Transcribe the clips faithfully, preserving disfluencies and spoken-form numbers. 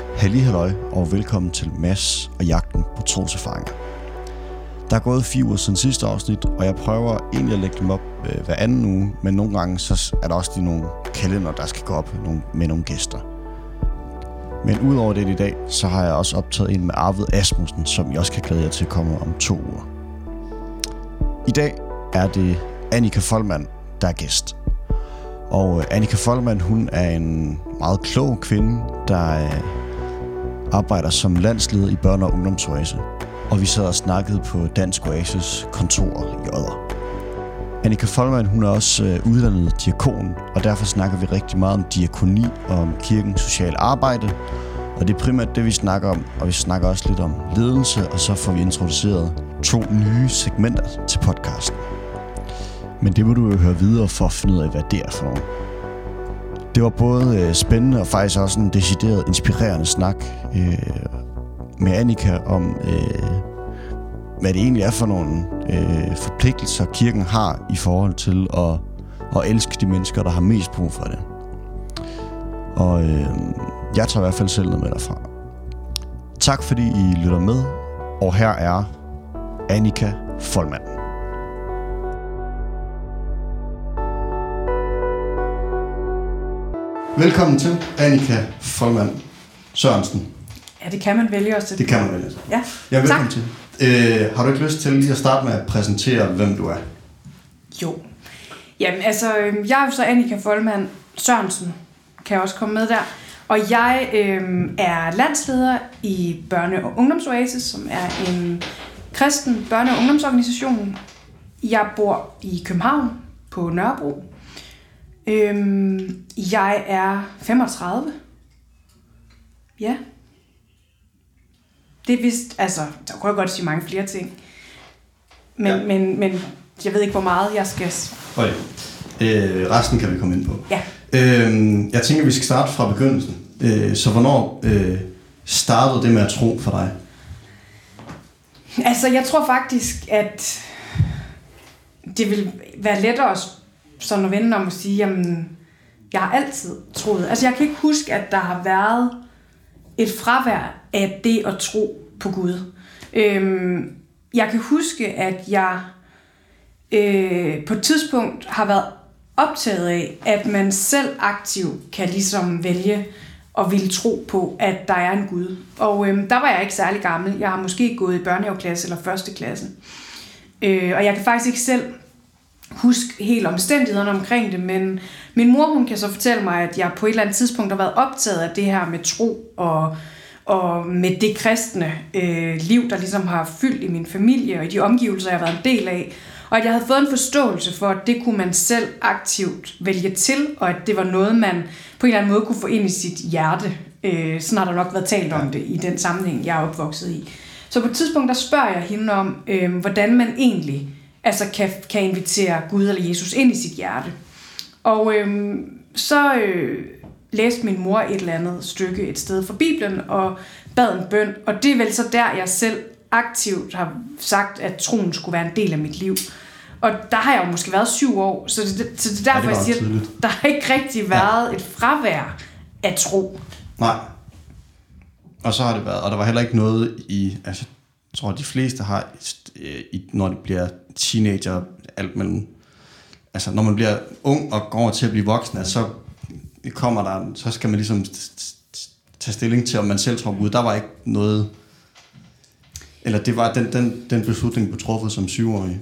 Halli halløj og velkommen til Mads og jagten på troserfaringer. Der er gået fire uger siden sidste afsnit, og jeg prøver egentlig at lægge dem op øh, hver anden uge, men nogle gange så er der også lige nogle kalender, der skal gå op nogle, med nogle gæster. Men udover det i dag, så har jeg også optaget en med Arvid Asmussen, som jeg også kan glæde jer til at komme om to uger. I dag er det Annika Foldmann, der er gæst. Og Annika Foldmann, hun er en meget klog kvinde, der øh, arbejder som landsleder i Børne- og Ungdomsoase. Og vi sad og snakkede på Dansk Oases kontor i Odder. Annika Foldmann, hun er også øh, uddannet diakon, og derfor snakker vi rigtig meget om diakoni og om kirkens sociale arbejde. Og det er primært det, vi snakker om, og vi snakker også lidt om ledelse, og så får vi introduceret to nye segmenter til podcasten. Men det må du jo høre videre for at finde ud af, hvad det er for nogen. Det var både øh, spændende og faktisk også en decideret inspirerende snak øh, med Annika om, øh, hvad det egentlig er for nogle øh, forpligtelser, kirken har i forhold til at, at elske de mennesker, der har mest brug for det. Og øh, jeg tager i hvert fald selv noget med derfra. Tak fordi I lytter med, og her er Annika Foldmann. Velkommen til Annika Foldmann Sørensen. Ja, det kan man vælge også til. Det kan man vælge. Ja, ja velkommen tak. til. Øh, har du ikke lyst til lige at starte med at præsentere, hvem du er? Jo. Jamen, altså, jeg er jo så Annika Foldmann Sørensen, kan jeg også komme med der. Og jeg øh, er landsleder i Børne- og Ungdomsoase, som er en kristen børne- og ungdomsorganisation. Jeg bor i København på Nørrebro. Øhm, jeg er femogtredive. Ja. Det er vist, altså, der kunne jeg godt sige mange flere ting. Men, ja. men, men jeg ved ikke, hvor meget jeg skal... Okay. Øh, resten kan vi komme ind på. Ja. Øh, jeg tænker, vi skal starte fra begyndelsen. Øh, så hvornår øh, startede det med at tro for dig? Altså, jeg tror faktisk, at det vil være lettere at sådan at vende om at sige, jamen, jeg har altid troet. Altså, jeg kan ikke huske, at der har været et fravær af det at tro på Gud. Øhm, jeg kan huske, at jeg øh, på et tidspunkt har været optaget af, at man selv aktivt kan ligesom vælge og ville tro på, at der er en Gud. Og øh, der var jeg ikke særlig gammel. Jeg har måske gået i børnehaveklasse eller første klasse. Øh, og jeg kan faktisk ikke selv huske helt omstændighederne omkring det, men min mor, hun kan så fortælle mig, at jeg på et eller andet tidspunkt har været optaget af det her med tro og, og med det kristne øh, liv, der ligesom har fyldt i min familie og i de omgivelser, jeg har været en del af. Og at jeg havde fået en forståelse for, at det kunne man selv aktivt vælge til, og at det var noget, man på en eller anden måde kunne få ind i sit hjerte. Øh, sådan har der nok været talt om det i den sammenhæng, jeg er opvokset i. Så på et tidspunkt, der spørger jeg hende om, øh, hvordan man egentlig altså kan, kan invitere Gud eller Jesus ind i sit hjerte. Og øh, så øh, læste min mor et eller andet stykke et sted fra Bibelen, og bad en bøn, og det er vel så der, jeg selv aktivt har sagt, at troen skulle være en del af mit liv. Og der har jeg jo måske været syv år, så det, så det er derfor, ja, jeg siger, at der har ikke rigtig været ja. et fravær af tro. Nej. Og så har det været, og der var heller ikke noget i, altså jeg tror, de fleste har, når de bliver teenager, alt mellem, altså når man bliver ung og går over til at blive voksen, så kommer der, så skal man ligesom tage stilling til, om man selv tror på Gud. Der var ikke noget, eller det var den, den, den beslutning blev truffet som syvårig.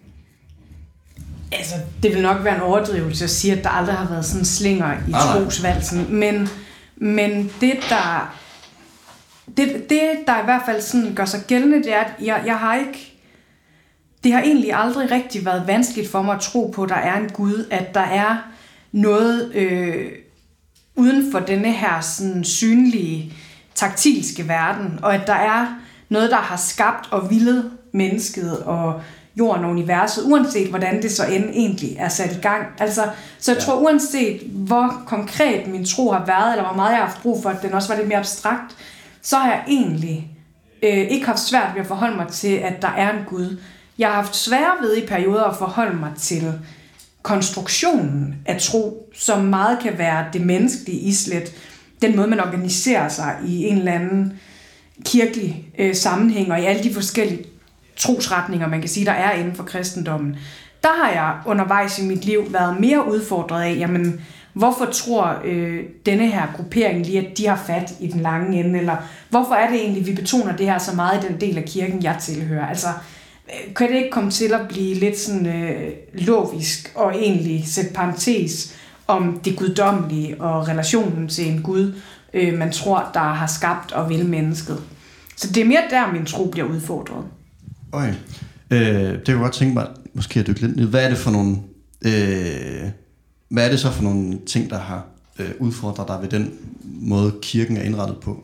Altså, det vil nok være en overdrivelse at sige, at der aldrig har været sådan slinger i ah, trosvalsen, men, men det, der det, det, der i hvert fald sådan gør sig gældende, det er, at jeg, jeg har ikke, det har egentlig aldrig rigtig været vanskeligt for mig at tro på, at der er en Gud, at der er noget øh, uden for denne her sådan synlige, taktilske verden, og at der er noget, der har skabt og villet mennesket og jorden og universet, uanset hvordan det så end egentlig er sat i gang. Altså, så jeg ja. tror, uanset hvor konkret min tro har været, eller hvor meget jeg har haft brug for, at den også var lidt mere abstrakt, så har jeg egentlig øh, ikke haft svært ved at forholde mig til, at der er en Gud. Jeg har haft svært ved i perioder at forholde mig til konstruktionen af tro, som meget kan være det menneskelige islet, den måde, man organiserer sig i en eller anden kirkelig øh, sammenhæng, og i alle de forskellige trosretninger, man kan sige, der er inden for kristendommen, der har jeg undervejs i mit liv været mere udfordret af, jamen, hvorfor tror øh, denne her gruppering lige, at de har fat i den lange ende, eller hvorfor er det egentlig, vi betoner det her så meget i den del af kirken, jeg tilhører? Altså, øh, kan det ikke komme til at blive lidt sådan øh, logisk, og egentlig sætte parentes om det guddommelige og relationen til en Gud, øh, man tror, der har skabt og vil mennesket? Så det er mere der, min tro bliver udfordret. Okay. Øh, det kan jeg godt tænke mig, måske at dykke lidt ned. Hvad er det for nogle... Øh, hvad er det så for nogle ting, der har øh, udfordret dig ved den måde, kirken er indrettet på?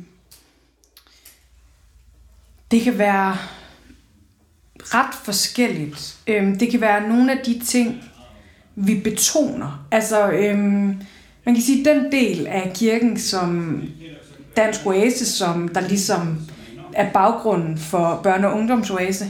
Det kan være ret forskelligt. Øhm, det kan være nogle af de ting, vi betoner. Altså, øhm, man kan sige, den del af kirken, som Dansk Oase, som der ligesom er baggrunden for børne- og ungdomsoase,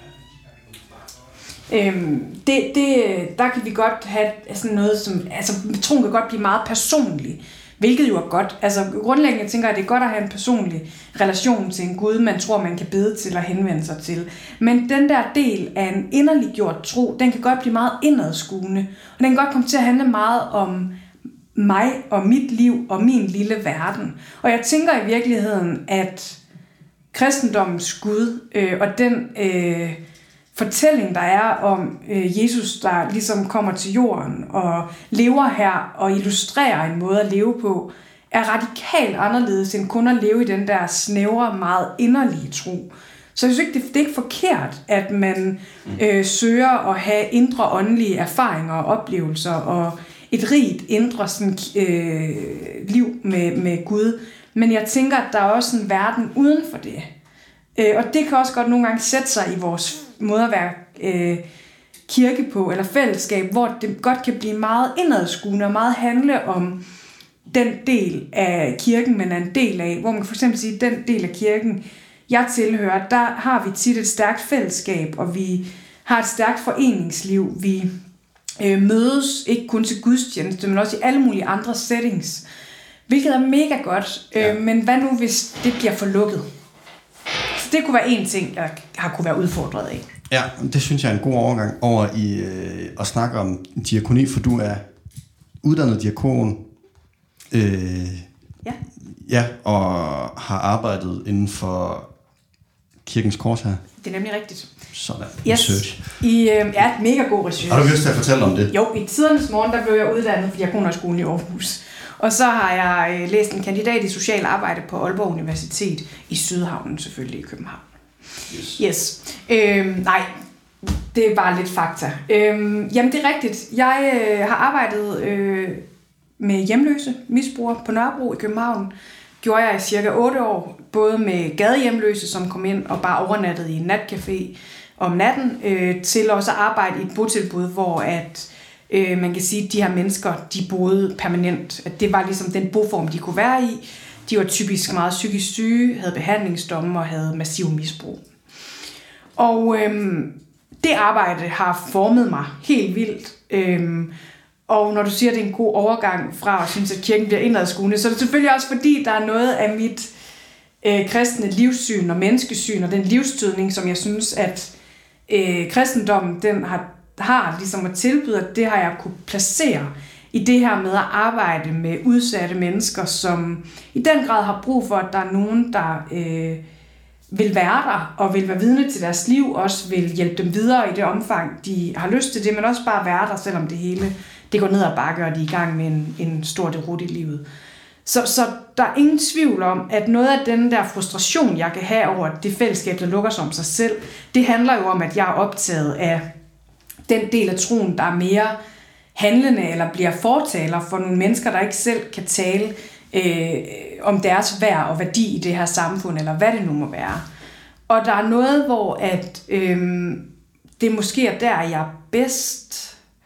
Øhm, det, det, der kan vi godt have sådan noget som, altså troen kan godt blive meget personlig, hvilket jo er godt. Altså grundlæggende tænker jeg, at det er godt at have en personlig relation til en Gud, man tror, man kan bede til og henvende sig til. Men den der del af en inderliggjort tro, den kan godt blive meget indadskuende, og den kan godt komme til at handle meget om mig og mit liv og min lille verden. Og jeg tænker i virkeligheden, at kristendommens Gud øh, og den øh, fortælling, der er om øh, Jesus, der ligesom kommer til jorden og lever her og illustrerer en måde at leve på, er radikalt anderledes end kun at leve i den der snævre, meget inderlige tro. Så jeg synes ikke, det, det er ikke forkert, at man øh, søger at have indre åndelige erfaringer og oplevelser og et rigt indre sådan, øh, liv med, med Gud. Men jeg tænker, at der er også en verden uden for det. Øh, og det kan også godt nogle gange sætte sig i vores måde at være øh, kirke på, eller fællesskab, hvor det godt kan blive meget indadskuende og meget handle om den del af kirken, man er en del af. Hvor man for eksempel siger, den del af kirken, jeg tilhører, der har vi tit et stærkt fællesskab, og vi har et stærkt foreningsliv. Vi øh, mødes ikke kun til gudstjeneste, men også i alle mulige andre settings, hvilket er mega godt. Ja. Øh, men hvad nu, hvis det bliver for lukket? Så det kunne være en ting, jeg har kunne være udfordret af. Ja, det synes jeg er en god overgang over i øh, at snakke om diakoni, for du er uddannet diakon, øh, ja. ja, og har arbejdet inden for Kirkens Kors her. Det er nemlig rigtigt. Sådan, yes. Research. I, øh, ja, mega god research. Har du lyst til at fortælle om det? Jo, i tidernes morgen, der blev jeg uddannet på Diakonhøjskolen i Aarhus. Og så har jeg øh, læst en kandidat i social arbejde på Aalborg Universitet i Sydhavnen, selvfølgelig i København. Yes. yes. Øhm, nej, det er bare lidt fakta. Øhm, jamen, det er rigtigt. Jeg øh, har arbejdet øh, med hjemløse misbrugere på Nørrebro i København. Gjorde jeg i cirka otte år, både med gadehjemløse, som kom ind og bare overnattede i en natcafé om natten, øh, til også at arbejde i et botilbud, hvor at, øh, man kan sige, at de her mennesker, de boede permanent. At det var ligesom den boform, de kunne være i. De var typisk meget psykisk syge, havde behandlingsdomme og havde massiv misbrug. Og øhm, det arbejde har formet mig helt vildt. Øhm, og når du siger, at det er en god overgang fra at synes, at kirken bliver indadskuende, så er det selvfølgelig også fordi, der er noget af mit øh, kristne livssyn og menneskesyn og den livsstødning, som jeg synes, at øh, kristendommen den har, har ligesom at tilbyde, at det har jeg kunne placere i det her med at arbejde med udsatte mennesker, som i den grad har brug for, at der er nogen, der øh, vil være der og vil være vidne til deres liv, også vil hjælpe dem videre i det omfang, de har lyst til det, men også bare være der, selvom det hele det går ned ad bakke, og de er i gang med en, en stor derut i livet. Så, så der er ingen tvivl om, at noget af den der frustration, jeg kan have over det fællesskab, der lukker sig om sig selv, det handler jo om, at jeg er optaget af den del af troen, der er mere handlende eller bliver fortaler for nogle mennesker, der ikke selv kan tale øh, om deres værd og værdi i det her samfund, eller hvad det nu må være. Og der er noget, hvor at, øh, det måske er der, jeg er bedst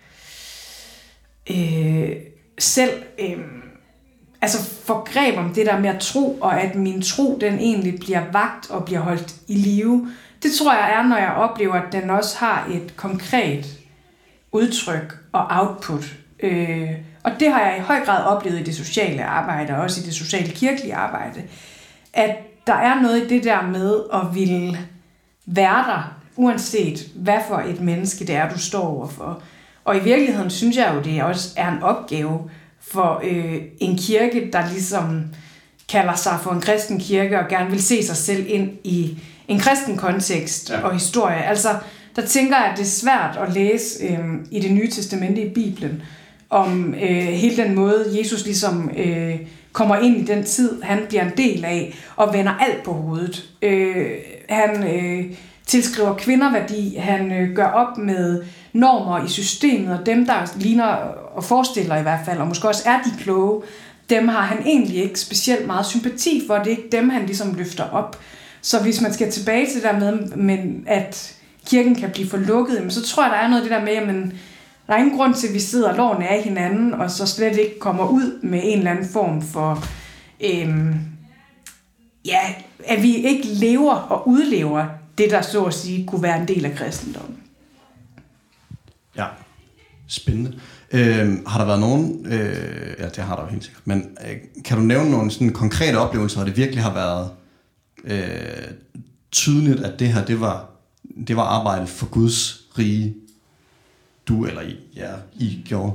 øh, selv øh, altså får greb om det der med at tro, og at min tro, den egentlig bliver vakt og bliver holdt i live. Det tror jeg er, når jeg oplever, at den også har et konkret udtryk og output. Øh, Og det har jeg i høj grad oplevet i det sociale arbejde, og også i det sociale kirkelige arbejde, at der er noget i det der med at ville være der, uanset hvad for et menneske det er, du står overfor. Og i virkeligheden synes jeg jo, det også er en opgave for øh, en kirke, der ligesom kalder sig for en kristen kirke, og gerne vil se sig selv ind i en kristen kontekst ja. og historie. Altså, der tænker jeg, at det er svært at læse øh, i det nye testamente i Bibelen, om øh, hele den måde, Jesus ligesom øh, kommer ind i den tid, han bliver en del af, og vender alt på hovedet. Øh, han øh, tilskriver kvinder værdi, han øh, gør op med normer i systemet, og dem, der ligner og forestiller i hvert fald, og måske også er de kloge, dem har han egentlig ikke specielt meget sympati for. Det er ikke dem, han ligesom løfter op. Så hvis man skal tilbage til det der med, men at kirken kan blive for lukket, så tror jeg, der er noget af det der med, at der er ingen grund til, at vi sidder og låner af hinanden, og så slet ikke kommer ud med en eller anden form for, øhm, ja, at vi ikke lever og udlever det, der så at sige kunne være en del af kristendommen. Ja, spændende. Øh, har der været nogen, øh, ja det har der jo helt sikkert, men øh, kan du nævne nogle sådan konkrete oplevelser, hvor det virkelig har været øh, tydeligt, at det her, det var, det var arbejde for Guds rige, du eller I, ja, I gjorde?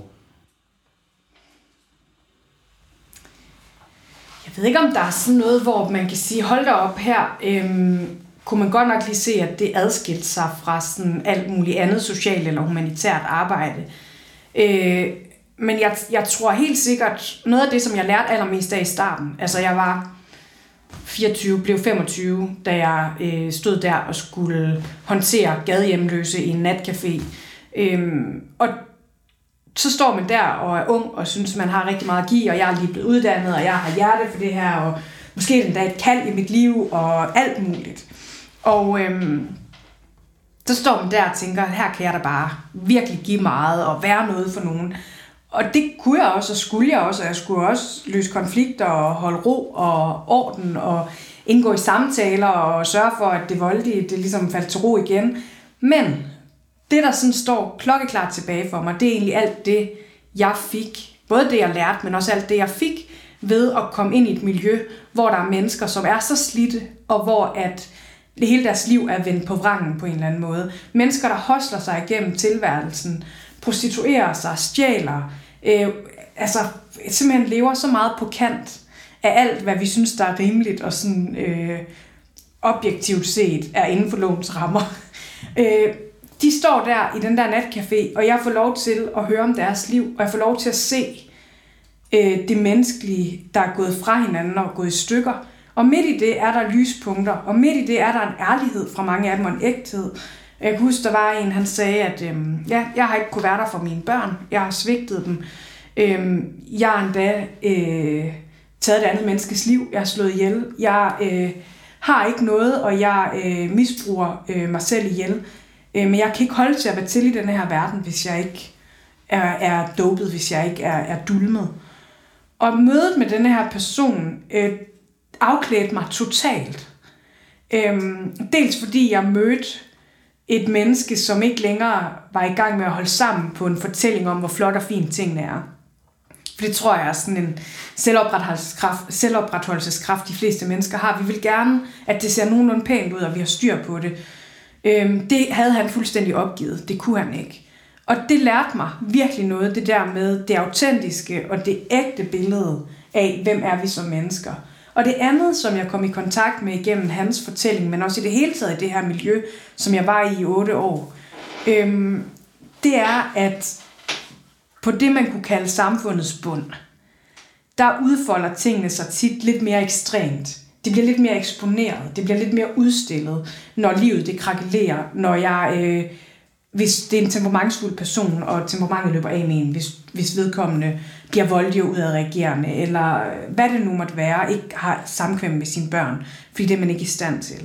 Jeg ved ikke, om der er sådan noget, hvor man kan sige, hold da op her, øhm, kunne man godt nok lige se, at det adskilte sig fra sådan alt muligt andet socialt eller humanitært arbejde. Øh, men jeg, jeg tror helt sikkert, noget af det, som jeg lærte allermest af i starten, altså jeg var fireogtyve, blev femogtyve, da jeg øh, stod der og skulle håndtere gadehjemløse i en natcafé. Øhm, og så står man der og er ung og synes, man har rigtig meget at give, og jeg er lige blevet uddannet, og jeg har hjerte for det her, og måske endda et kald i mit liv, og alt muligt. Og øhm, så står man der og tænker, her kan jeg da bare virkelig give meget og være noget for nogen. Og det kunne jeg også, og skulle jeg også, og jeg skulle også løse konflikter og holde ro og orden og indgå i samtaler og sørge for, at det voldelige, det ligesom faldt til ro igen. Men det, der sådan står klokkeklart tilbage for mig, det er egentlig alt det, jeg fik. Både det, jeg lærte, men også alt det, jeg fik ved at komme ind i et miljø, hvor der er mennesker, som er så slidte, og hvor at det hele deres liv er vendt på vrangen på en eller anden måde. Mennesker, der hostler sig igennem tilværelsen, prostituerer sig, stjæler, øh, altså simpelthen lever så meget på kant af alt, hvad vi synes, der er rimeligt og sådan øh, objektivt set er inden for lovens rammer. øh, De står der i den der natcafé, og jeg får lov til at høre om deres liv, og jeg får lov til at se øh, det menneskelige, der er gået fra hinanden og gået i stykker. Og midt i det er der lyspunkter, og midt i det er der en ærlighed fra mange af dem, og en ægthed. Jeg kan huske, der var en, han sagde, at øh, ja, jeg har ikke kunne være der for mine børn, jeg har svigtet dem. Øh, jeg har endda øh, taget et andet menneskes liv, jeg har slået ihjel. Jeg øh, har ikke noget, og jeg øh, misbruger øh, mig selv ihjel. Men jeg kan ikke holde til at være til i den her verden, hvis jeg ikke er, er dopet, hvis jeg ikke er, er dulmet. Og mødet med denne her person øh, afklædte mig totalt. Øhm, dels fordi jeg mødte et menneske, som ikke længere var i gang med at holde sammen på en fortælling om, hvor flot og fint tingene er. For det tror jeg er sådan en selvopretholdelseskraft, selvopretholdelseskraft, de fleste mennesker har. Vi vil gerne, at det ser nogenlunde pænt ud, og vi har styr på det. Øhm, det havde han fuldstændig opgivet. Det kunne han ikke. Og det lærte mig virkelig noget, det der med det autentiske og det ægte billede af, hvem er vi som mennesker. Og det andet, som jeg kom i kontakt med igennem hans fortælling, men også i det hele taget i det her miljø, som jeg var i i otte år, øhm, det er, at på det, man kunne kalde samfundets bund, der udfolder tingene sig tit lidt mere ekstremt. Det bliver lidt mere eksponeret, det bliver lidt mere udstillet, når livet det krakelerer, når jeg, øh, hvis det er en temperamentsfuld person, og temperamentet løber af med en, hvis, hvis vedkommende bliver voldelig og udadreagerende, eller hvad det nu måtte være, ikke har samkvem med sine børn, fordi det er man ikke i stand til.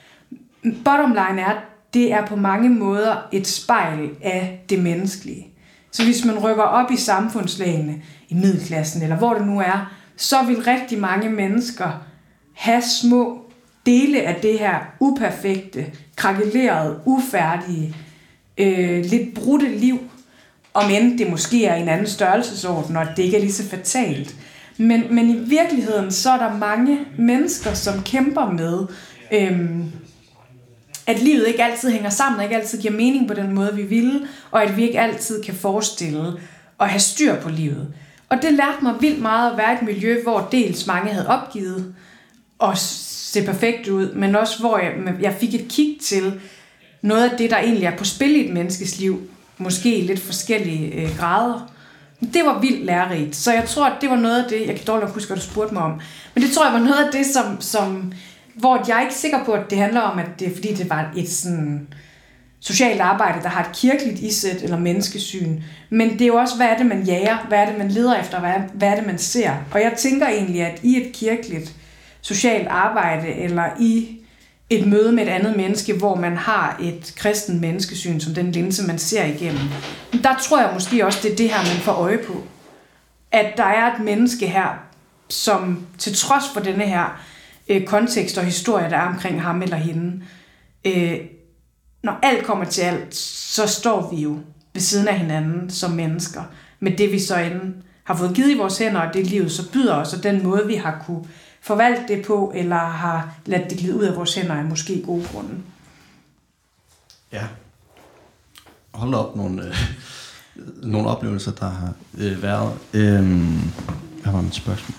Bottom line er, at det er på mange måder et spejl af det menneskelige. Så hvis man rykker op i samfundslagene, i middelklassen, eller hvor det nu er, så vil rigtig mange mennesker have små dele af det her uperfekte, krakelerede, ufærdige, øh, lidt brudte liv. om end det måske er en anden størrelsesorden, og det ikke er lige så fatalt. Men, men i virkeligheden, så er der mange mennesker, som kæmper med, øhm, at livet ikke altid hænger sammen, og ikke altid giver mening på den måde, vi vil, og at vi ikke altid kan forestille at have styr på livet. Og det lærte mig vildt meget at være i et miljø, hvor dels mange havde opgivet at se perfekt ud, men også hvor jeg, jeg fik et kig til noget af det, der egentlig er på spil i et menneskes liv, måske i lidt forskellige øh, grader. Det var vildt lærerigt, så jeg tror, at det var noget af det, jeg kan dårligt huske, hvad du spurgte mig om, men det tror jeg var noget af det, som, som hvor jeg er ikke sikker på, at det handler om, at det er fordi, det var et sådan socialt arbejde, der har et kirkeligt isæt eller menneskesyn, men det er jo også, hvad er det, man jager, hvad er det, man leder efter, hvad er, hvad er det, man ser. Og jeg tænker egentlig, at i et kirkeligt socialt arbejde, eller i et møde med et andet menneske, hvor man har et kristen menneskesyn, som den linse, man ser igennem, der tror jeg måske også, det er det her, man får øje på. At der er et menneske her, som til trods for denne her øh, kontekst og historie, der er omkring ham eller hende, øh, når alt kommer til alt, så står vi jo ved siden af hinanden som mennesker, med det vi så inden har fået givet i vores hænder, og det livet så byder os, og den måde vi har kunne forvalte det på, eller har ladet det glide ud af vores hænder, er måske gode grunde. Ja. Hold op nogle, øh, nogle oplevelser, der har øh, været. Øh, hvad var mit spørgsmål?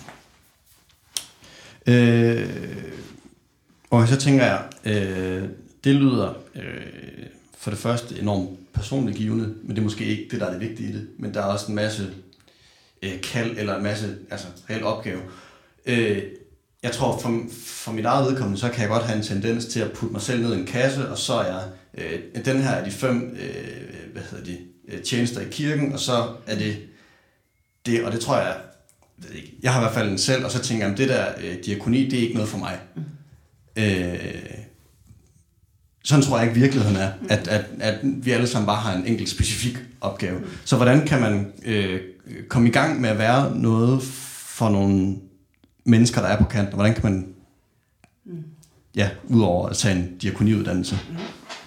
Øh, og så tænker jeg, øh, det lyder øh, for det første enormt personligt givende, men det er måske ikke det, der er det vigtige i det. Men der er også en masse øh, kald, eller en masse altså, reel opgave. Øh, Jeg tror, for, for mit eget vedkommende, så kan jeg godt have en tendens til at putte mig selv ned i en kasse, og så er jeg, øh, den her er de fem øh, hvad hedder de, øh, tjenester i kirken, og så er det det, og det tror jeg, ved ikke, jeg har i hvert fald en selv, og så tænker jeg, at det der øh, diakoni, det er ikke noget for mig. Mm. Øh, sådan tror jeg ikke virkeligheden er, at, at, at vi alle sammen bare har en enkelt specifik opgave. Mm. Så hvordan kan man øh, komme i gang med at være noget for nogle mennesker, der er på kanten, og hvordan kan man, mm. ja, udover at tage en diakoniuddannelse? Mm.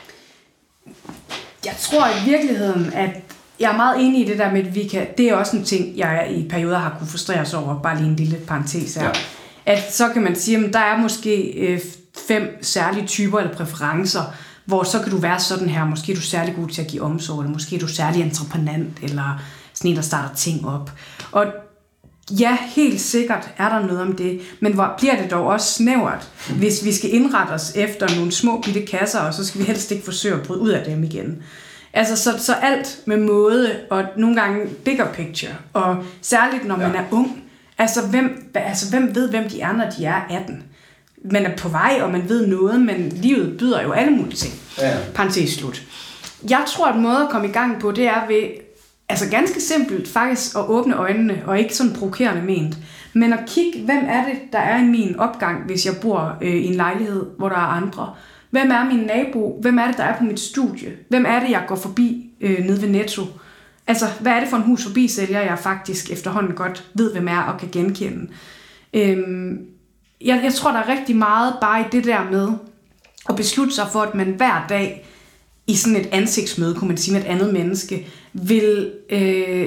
Jeg tror i virkeligheden, at jeg er meget enig i det der med, at vi kan, det er også en ting, jeg i perioder har kunne frustrere os over, bare lige en lille parentes her. Ja. At så kan man sige, at der er måske øh, fem særlige typer eller præferencer, hvor så kan du være sådan her, måske er du særlig god til at give omsorg, eller måske er du særlig entreprenant, eller sådan en, der starter ting op. Og ja, helt sikkert er der noget om det, men hvor bliver det dog også snævert, hvis vi skal indrette os efter nogle små bitte kasser, og så skal vi helst ikke forsøge at bryde ud af dem igen. Altså, så, så alt med måde, og nogle gange bigger picture, og særligt når man ja. er ung, altså hvem, altså hvem ved, hvem de er, når de er atten? Man er på vej, og man ved noget, men livet byder jo alle mulige ting. Ja. Parentes slut. Jeg tror, at måde at komme i gang på, det er ved, altså ganske simpelt faktisk at åbne øjnene, og ikke sådan provokerende ment, men at kigge, hvem er det, der er i min opgang, hvis jeg bor øh, i en lejlighed, hvor der er andre. Hvem er min nabo? Hvem er det, der er på mit studie? Hvem er det, jeg går forbi øh, nede ved Netto? Altså, hvad er det for en hus forbi sælger, jeg faktisk efterhånden godt ved, hvem er og kan genkende? Øhm, jeg, jeg tror, der er rigtig meget bare i det der med at beslutte sig for, at man hver dag i sådan et ansigtsmøde, kunne man sige, med et andet menneske, vil øh,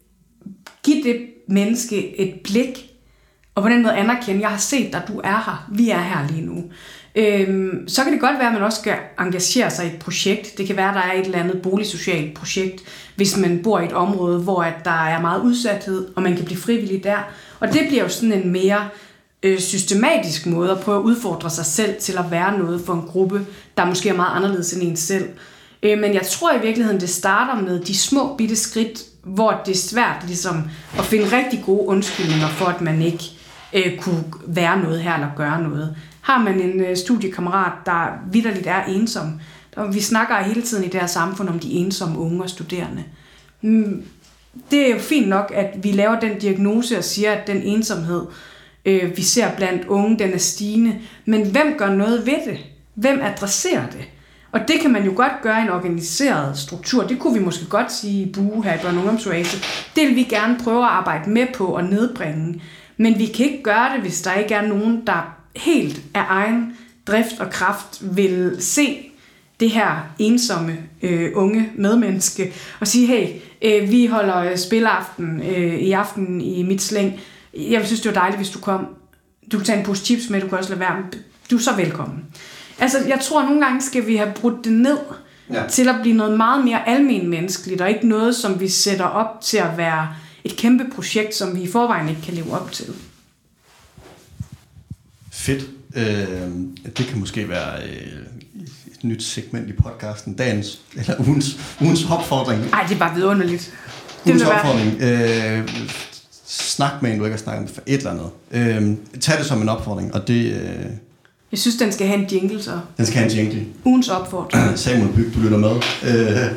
give det menneske et blik, og på den måde anerkende, jeg har set dig, du er her, vi er her lige nu. Øhm, så kan det godt være, at man også skal engagere sig i et projekt. Det kan være, at der er et eller andet boligsocialt projekt, hvis man bor i et område, hvor at der er meget udsathed, og man kan blive frivillig der. Og det bliver jo sådan en mere øh, systematisk måde at prøve at udfordre sig selv til at være noget for en gruppe, der måske er meget anderledes end en selv. Øh, men jeg tror i virkeligheden, det starter med de små bitte skridt, hvor det er svært ligesom, at finde rigtig gode undskyldninger for, at man ikke øh, kunne være noget her eller gøre noget. Har man en øh, studiekammerat, der vitterligt er ensom, der, vi snakker hele tiden i det her samfund om de ensomme unge og studerende. Mm, det er jo fint nok, at vi laver den diagnose og siger, at den ensomhed, øh, vi ser blandt unge, den er stigende. Men hvem gør noget ved det? Hvem adresserer det? Og det kan man jo godt gøre i en organiseret struktur. Det kunne vi måske godt sige i B U her i Børne- og Ungdomsoase. Det vil vi gerne prøve at arbejde med på og nedbringe. Men vi kan ikke gøre det, hvis der ikke er nogen, der helt af egen drift og kraft vil se det her ensomme øh, unge medmenneske og sige, hey, Øh, vi holder spilaften øh, i aften i mit slæng. Jeg synes, det var dejligt, hvis du kom. Du kan tage en pose chips med, du kan også lade være. Du er så velkommen. Altså, jeg tror, at nogle gange skal vi have brudt det ned ja. til at blive noget meget mere almenmenneskeligt, og ikke noget, som vi sætter op til at være et kæmpe projekt, som vi i forvejen ikke kan leve op til. Fedt. Øh, det kan måske være øh, et nyt segment i podcasten. Dagens, eller ugens, ugens opfordring. Ej, det er bare vidunderligt. Ugens opfordring. Øh, snak med en, du ikke har snakket med for et eller andet. Øh, tag det som en opfordring, og det... Øh, Jeg synes, den skal have en jingle, så. Den skal have en jingle. Ugens opfordring. Samuel Byg, du lytter med. Øh,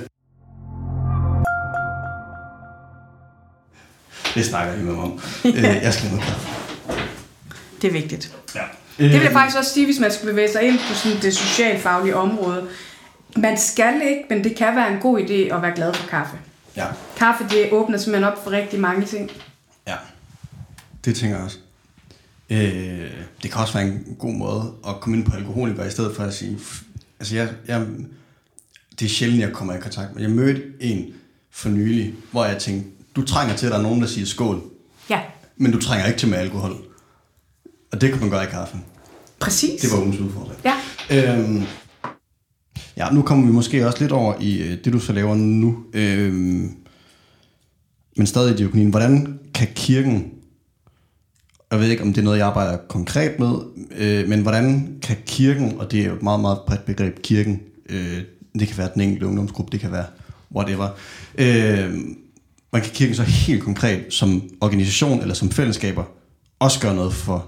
det snakker jeg med mig om. øh, jeg skal med kaffe. Det er vigtigt. Ja. Det vil jeg faktisk også sige, hvis man skal bevæge sig ind på sådan det socialfaglige område. Man skal ikke, men det kan være en god idé at være glad for kaffe. Ja. Kaffe, det åbner simpelthen op for rigtig mange ting. Ja, det tænker jeg også. Øh, det kan også være en god måde at komme ind på alkoholiker, i stedet for at sige, altså jeg, jeg, det er sjældent, jeg kommer i kontakt med. Jeg mødte en for nylig, hvor jeg tænkte, du trænger til, at der er nogen, der siger skål. Ja. Men du trænger ikke til med alkohol. Og det kan man gøre i kaffen. Præcis. Det var ugens udfordring. Ja. Øhm, ja, nu kommer vi måske også lidt over i det, du så laver nu. Øhm, men stadig i diakonien. Hvordan kan kirken, jeg ved ikke, om det er noget, jeg arbejder konkret med, øh, men hvordan kan kirken, og det er jo et meget, meget bredt begreb, kirken, øh, det kan være den enkelte ungdomsgruppe, det kan være whatever, øh, man kan kirken så helt konkret som organisation eller som fællesskaber også gøre noget for,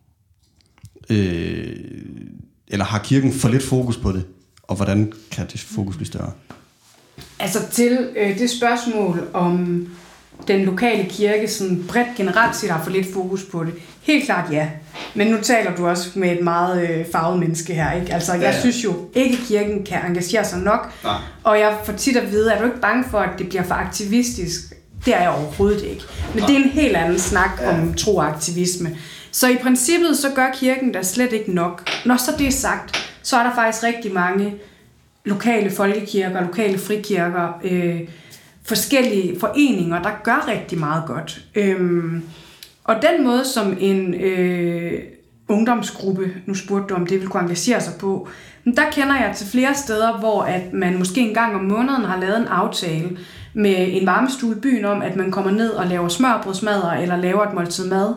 øh, eller har kirken for lidt fokus på det, og hvordan kan det fokus blive større? Altså til øh, det spørgsmål om den lokale kirke sådan bredt generelt set har for lidt fokus på det. Helt klart ja. Men nu taler du også med et meget øh, farvet menneske her, ikke? Altså jeg ja, ja. synes jo ikke, at kirken kan engagere sig nok. Nej. Og jeg får tit at vide, er du ikke bange for, at det bliver for aktivistisk? Det er jeg overhovedet ikke. Men Nej. det er en helt anden snak ja. om tro og aktivisme. Så i princippet, så gør kirken der slet ikke nok. Når så det er sagt, så er der faktisk rigtig mange lokale folkekirker, lokale frikirker, øh, forskellige foreninger, der gør rigtig meget godt. Øhm, og den måde, som en øh, ungdomsgruppe, nu spurgte du, om det vil kunne engagere sig på, der kender jeg til flere steder, hvor at man måske en gang om måneden har lavet en aftale med en varmestue i byen om, at man kommer ned og laver smørbrødsmadder eller laver et måltid mad.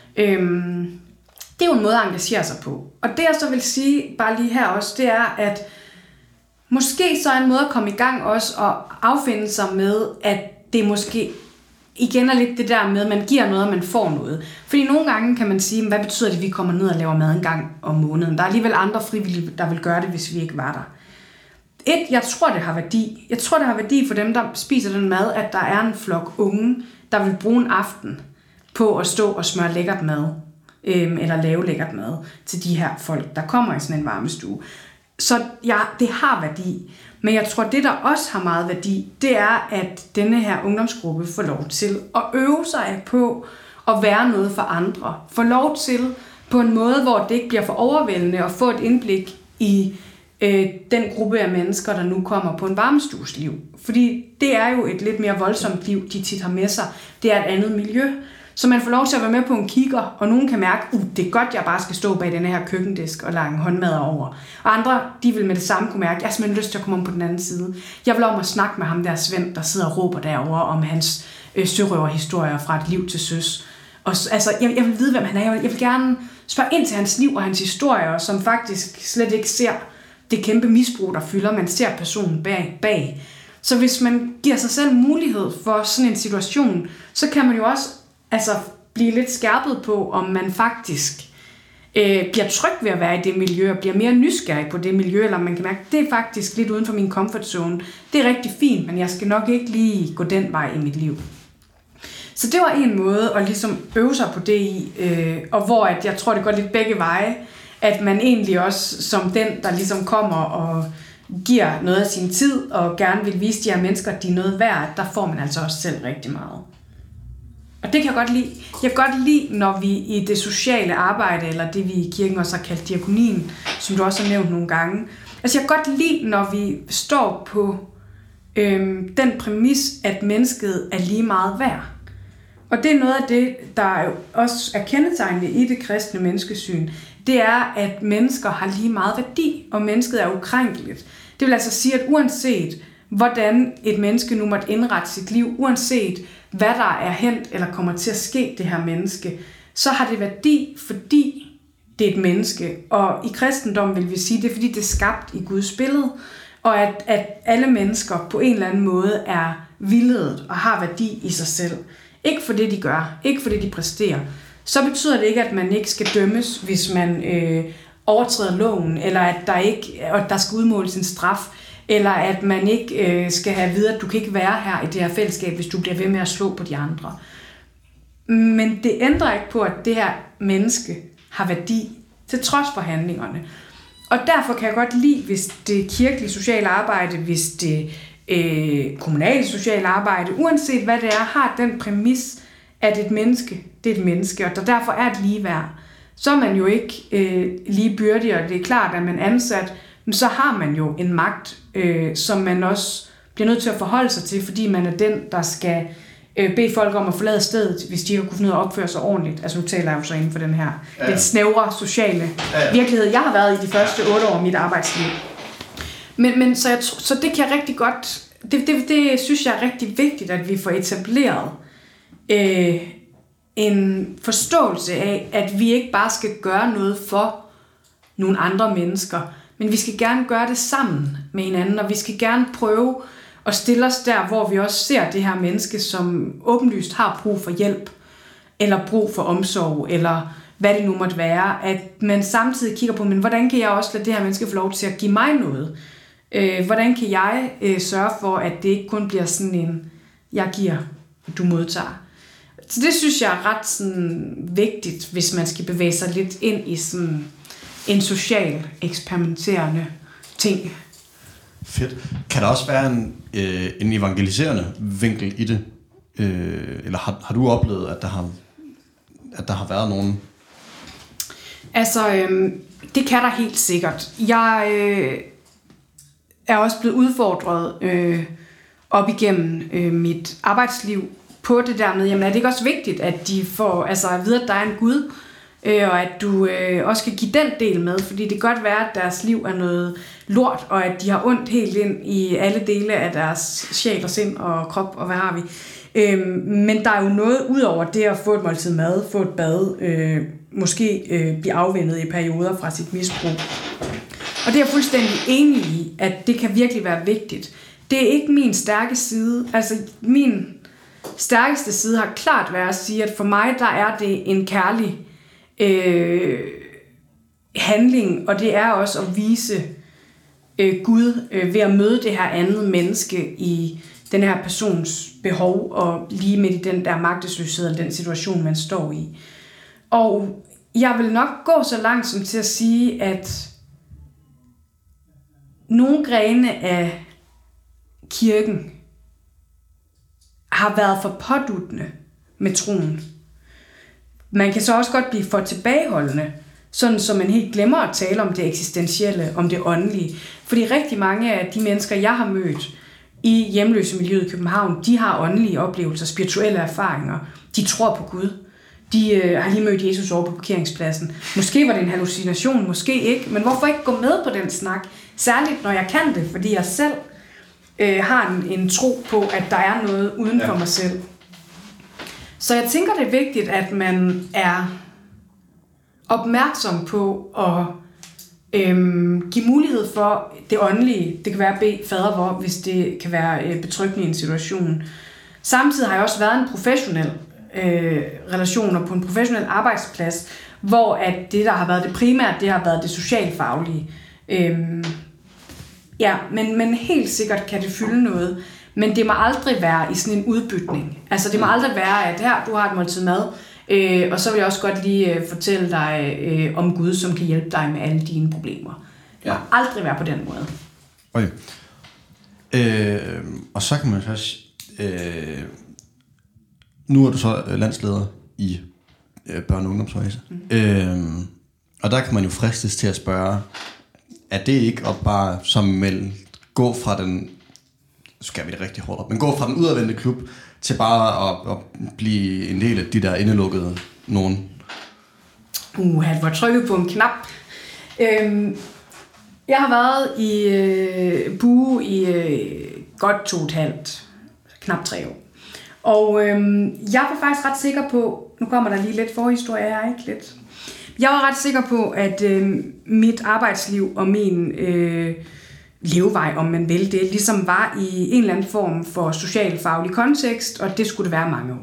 Øhm, det er jo en måde at engagere sig på. Og det jeg så vil sige, bare lige her også, det er, at måske så er en måde at komme i gang også og affinde sig med, at det måske igen er lidt det der med, at man giver noget, og man får noget. Fordi nogle gange kan man sige, hvad betyder det, at vi kommer ned og laver mad en gang om måneden? Der er alligevel andre frivillige, der vil gøre det, hvis vi ikke var der. Et, jeg tror, det har værdi. Jeg tror, det har værdi for dem, der spiser den mad, at der er en flok unge, der vil bruge en aften på at stå og smøre lækkert mad, øhm, eller lave lækkert mad til de her folk, der kommer i sådan en varmestue. Så ja, det har værdi. Men jeg tror, det der også har meget værdi, det er, at denne her ungdomsgruppe får lov til at øve sig på at være noget for andre. Får lov til på en måde, hvor det ikke bliver for overvældende at få et indblik i øh, den gruppe af mennesker, der nu kommer på en varmestues liv. Fordi det er jo et lidt mere voldsomt liv, de tit har med sig. Det er et andet miljø. Så man får lov til at være med på en kigger, og nogen kan mærke, uh, det er godt, jeg bare skal stå bag den her køkkendisk og lange håndmadder over. Og andre, de vil med det samme kunne mærke, jeg har simpelthen lyst til at komme om på den anden side. Jeg vil om at snakke med ham der Svend, der sidder og råber derovre om hans øh, sørøverhistorier fra et liv til søs. Og, altså, jeg, jeg vil vide, hvem han er. Jeg vil, jeg vil gerne spørge ind til hans liv og hans historier, som faktisk slet ikke ser det kæmpe misbrug, der fylder. Man ser personen bag. bag. Så hvis man giver sig selv mulighed for sådan en situation, så kan man jo også altså blive lidt skærpet på, om man faktisk øh, bliver tryg ved at være i det miljø, og bliver mere nysgerrig på det miljø, eller man kan mærke, det er faktisk lidt uden for min comfort zone. Det er rigtig fint, men jeg skal nok ikke lige gå den vej i mit liv. Så det var en måde at ligesom øve sig på det i, øh, og hvor at jeg tror, det går lidt begge veje, at man egentlig også som den, der ligesom kommer og giver noget af sin tid, og gerne vil vise de her mennesker, at de er noget værd, der får man altså også selv rigtig meget. Og det kan jeg godt lide. Jeg kan godt lide, når vi i det sociale arbejde, eller det vi i kirken også har kaldt diakonien, som du også har nævnt nogle gange. Altså jeg kan godt lide, når vi står på øhm, den præmis, at mennesket er lige meget værd. Og det er noget af det, der også er kendetegnende i det kristne menneskesyn. Det er, at mennesker har lige meget værdi, og mennesket er ukrænkeligt. Det vil altså sige, at uanset hvordan et menneske nu måtte indrette sit liv, uanset hvad der er hent eller kommer til at ske det her menneske, så har det værdi, fordi det er et menneske. Og i kristendommen vil vi sige, det er fordi det er skabt i Guds billede, og at, at alle mennesker på en eller anden måde er vildledet og har værdi i sig selv. Ikke for det, de gør, ikke for det, de præsterer. Så betyder det ikke, at man ikke skal dømmes, hvis man øh, overtræder loven, eller at der ikke, at der skal udmåles en straf, eller at man ikke øh, skal have at vide, at du kan ikke være her i det her fællesskab, hvis du bliver ved med at slå på de andre. Men det ændrer ikke på, at det her menneske har værdi, til trods for handlingerne. Og derfor kan jeg godt lide, hvis det kirkelige sociale arbejde, hvis det øh, kommunale sociale arbejde, uanset hvad det er, har den præmis, at et menneske, det er et menneske, og der derfor er et ligeværd. Så er man jo ikke øh, lige byrdig, og det er klart, at man er ansat, men så har man jo en magt, øh, som man også bliver nødt til at forholde sig til, fordi man er den, der skal øh, bede folk om at forlade stedet, hvis de har kunnet finde ud af at opføre sig ordentligt. Altså nu taler jeg jo så inden for den her ja. lidt snævre sociale ja, ja. virkelighed, jeg har været i de første otte år af mit arbejdsliv. Men, men så, jeg, så det kan jeg rigtig godt, det, det, det synes jeg er rigtig vigtigt, at vi får etableret øh, en forståelse af, at vi ikke bare skal gøre noget for nogle andre mennesker, men vi skal gerne gøre det sammen med hinanden, og vi skal gerne prøve at stille os der, hvor vi også ser det her menneske, som åbenlyst har brug for hjælp, eller brug for omsorg, eller hvad det nu måtte være, at man samtidig kigger på, men hvordan kan jeg også lade det her menneske få lov til at give mig noget? Øh, hvordan kan jeg øh, sørge for, at det ikke kun bliver sådan en, jeg giver, du modtager? Så det synes jeg er ret sådan, vigtigt, hvis man skal bevæge sig lidt ind i sådan en social, eksperimenterende ting. Fedt. Kan der også være en, øh, en evangeliserende vinkel i det? Øh, eller har, har du oplevet, at der har, at der har været nogen? Altså, øh, det kan der helt sikkert. Jeg øh, er også blevet udfordret øh, op igennem øh, mit arbejdsliv på det der med, jamen er det ikke også vigtigt, at de får altså at vide, at der er en Gud, øh, og at du øh, også kan give den del med, fordi det kan godt være, at deres liv er noget lort, og at de har ondt helt ind i alle dele af deres sjæl og sind og krop, og hvad har vi. Øh, men der er jo noget ud over det at få et måltid mad, få et bad, øh, måske øh, blive afvænnet i perioder fra sit misbrug. Og det er jeg fuldstændig enig i, at det kan virkelig være vigtigt. Det er ikke min stærke side. Altså min stærkeste side har klart været at sige, at for mig der er det en kærlig øh, handling, og det er også at vise øh, Gud øh, ved at møde det her andet menneske i den her persons behov, og lige midt i den der magtesløshed eller den situation, man står i. Og jeg vil nok gå så langt som til at sige, at nogle grene af kirken har været for påduttende med troen. Man kan så også godt blive for tilbageholdende, sådan så man helt glemmer at tale om det eksistentielle, om det åndelige. Fordi rigtig mange af de mennesker, jeg har mødt i hjemløse miljøet i København, de har åndelige oplevelser, spirituelle erfaringer. De tror på Gud. De øh, har lige mødt Jesus over på parkeringspladsen. Måske var det en hallucination, måske ikke. Men hvorfor ikke gå med på den snak? Særligt når jeg kan det, fordi jeg selv øh, har en, en tro på, at der er noget uden for ja. mig selv. Så jeg tænker, det er vigtigt, at man er opmærksom på at øhm, give mulighed for det åndelige. Det kan være at bede fader vor, hvis det kan være øh, betryggende i en situation. Samtidig har jeg også været en professionel øh, relationer på en professionel arbejdsplads, hvor at det, der har været det primære, det har været det socialfaglige. Øhm, ja, men, men helt sikkert kan det fylde noget. Men det må aldrig være i sådan en udbytning. Altså det må aldrig være, at her, du har et måltid mad, øh, og så vil jeg også godt lige øh, fortælle dig øh, om Gud, som kan hjælpe dig med alle dine problemer. Det må ja. aldrig være på den måde. Okay. Øh, og så kan man så... Øh, nu er du så landsleder i øh, børne- og ungdomshøjse. Mm. Øh, og der kan man jo fristes til at spørge, er det ikke at bare som meld gå fra den skal vi det rigtig hårdt op, men gå fra den udadvendte klub til bare at, at blive en del af de der indelukkede nogen? Uh, han var trykket på en knap. Øhm, jeg har været i øh, Bue i øh, godt to og et halvt, knap tre år. Og øhm, jeg var faktisk ret sikker på, nu kommer der lige lidt forhistorie, jeg er ikke lidt. Jeg var ret sikker på, at øh, mit arbejdsliv og min øh, levevej, om man vil det, ligesom var i en eller anden form for socialfaglig kontekst, og det skulle det være mange år.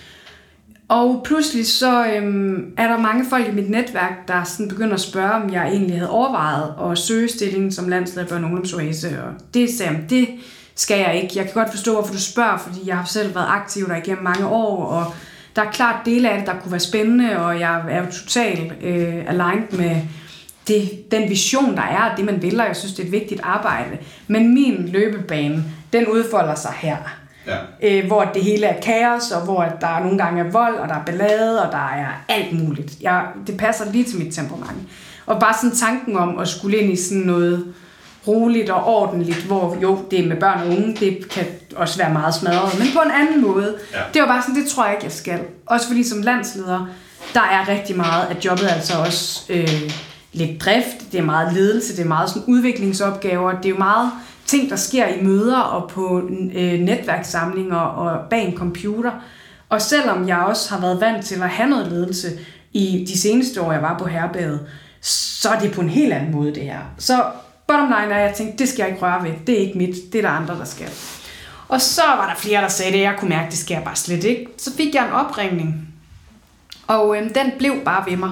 Og pludselig så øhm, er der mange folk i mit netværk, der sådan begynder at spørge, om jeg egentlig havde overvejet at søge stillingen som landsleder for en ungdomsoase. Og det sagde jeg, det skal jeg ikke. Jeg kan godt forstå, hvorfor du spørger, fordi jeg har selv været aktiv der igennem mange år, og der er klart dele af det, der kunne være spændende, og jeg er jo totalt øh, aligned med det, den vision, der er, det man vil, og jeg synes, det er et vigtigt arbejde. Men min løbebane, den udfolder sig her. Ja. Øh, hvor det hele er kaos, og hvor der nogle gange er vold, og der er ballade, og der er alt muligt. Jeg, det passer lige til mit temperament. Og bare sådan tanken om at skulle ind i sådan noget roligt og ordentligt, hvor jo, det er med børn og unge, det kan også være meget smadret, men på en anden måde. Ja. Det var bare sådan, det tror jeg ikke, jeg skal. Også fordi som landsleder, der er rigtig meget af jobbet altså også øh, lidt drift, det er meget ledelse, det er meget sådan udviklingsopgaver, det er jo meget ting, der sker i møder og på øh, netværkssamlinger og bag en computer. Og selvom jeg også har været vant til at have noget ledelse i de seneste år, jeg var på herberget, så er det på en helt anden måde, det her. Så bottom line er, at jeg tænkte, det skal jeg ikke røre ved. Det er ikke mit, det er der andre, der skal. Og så var der flere, der sagde det, jeg kunne mærke, det skal jeg bare slet ikke. Så fik jeg en opringning, og øh, den blev bare ved mig.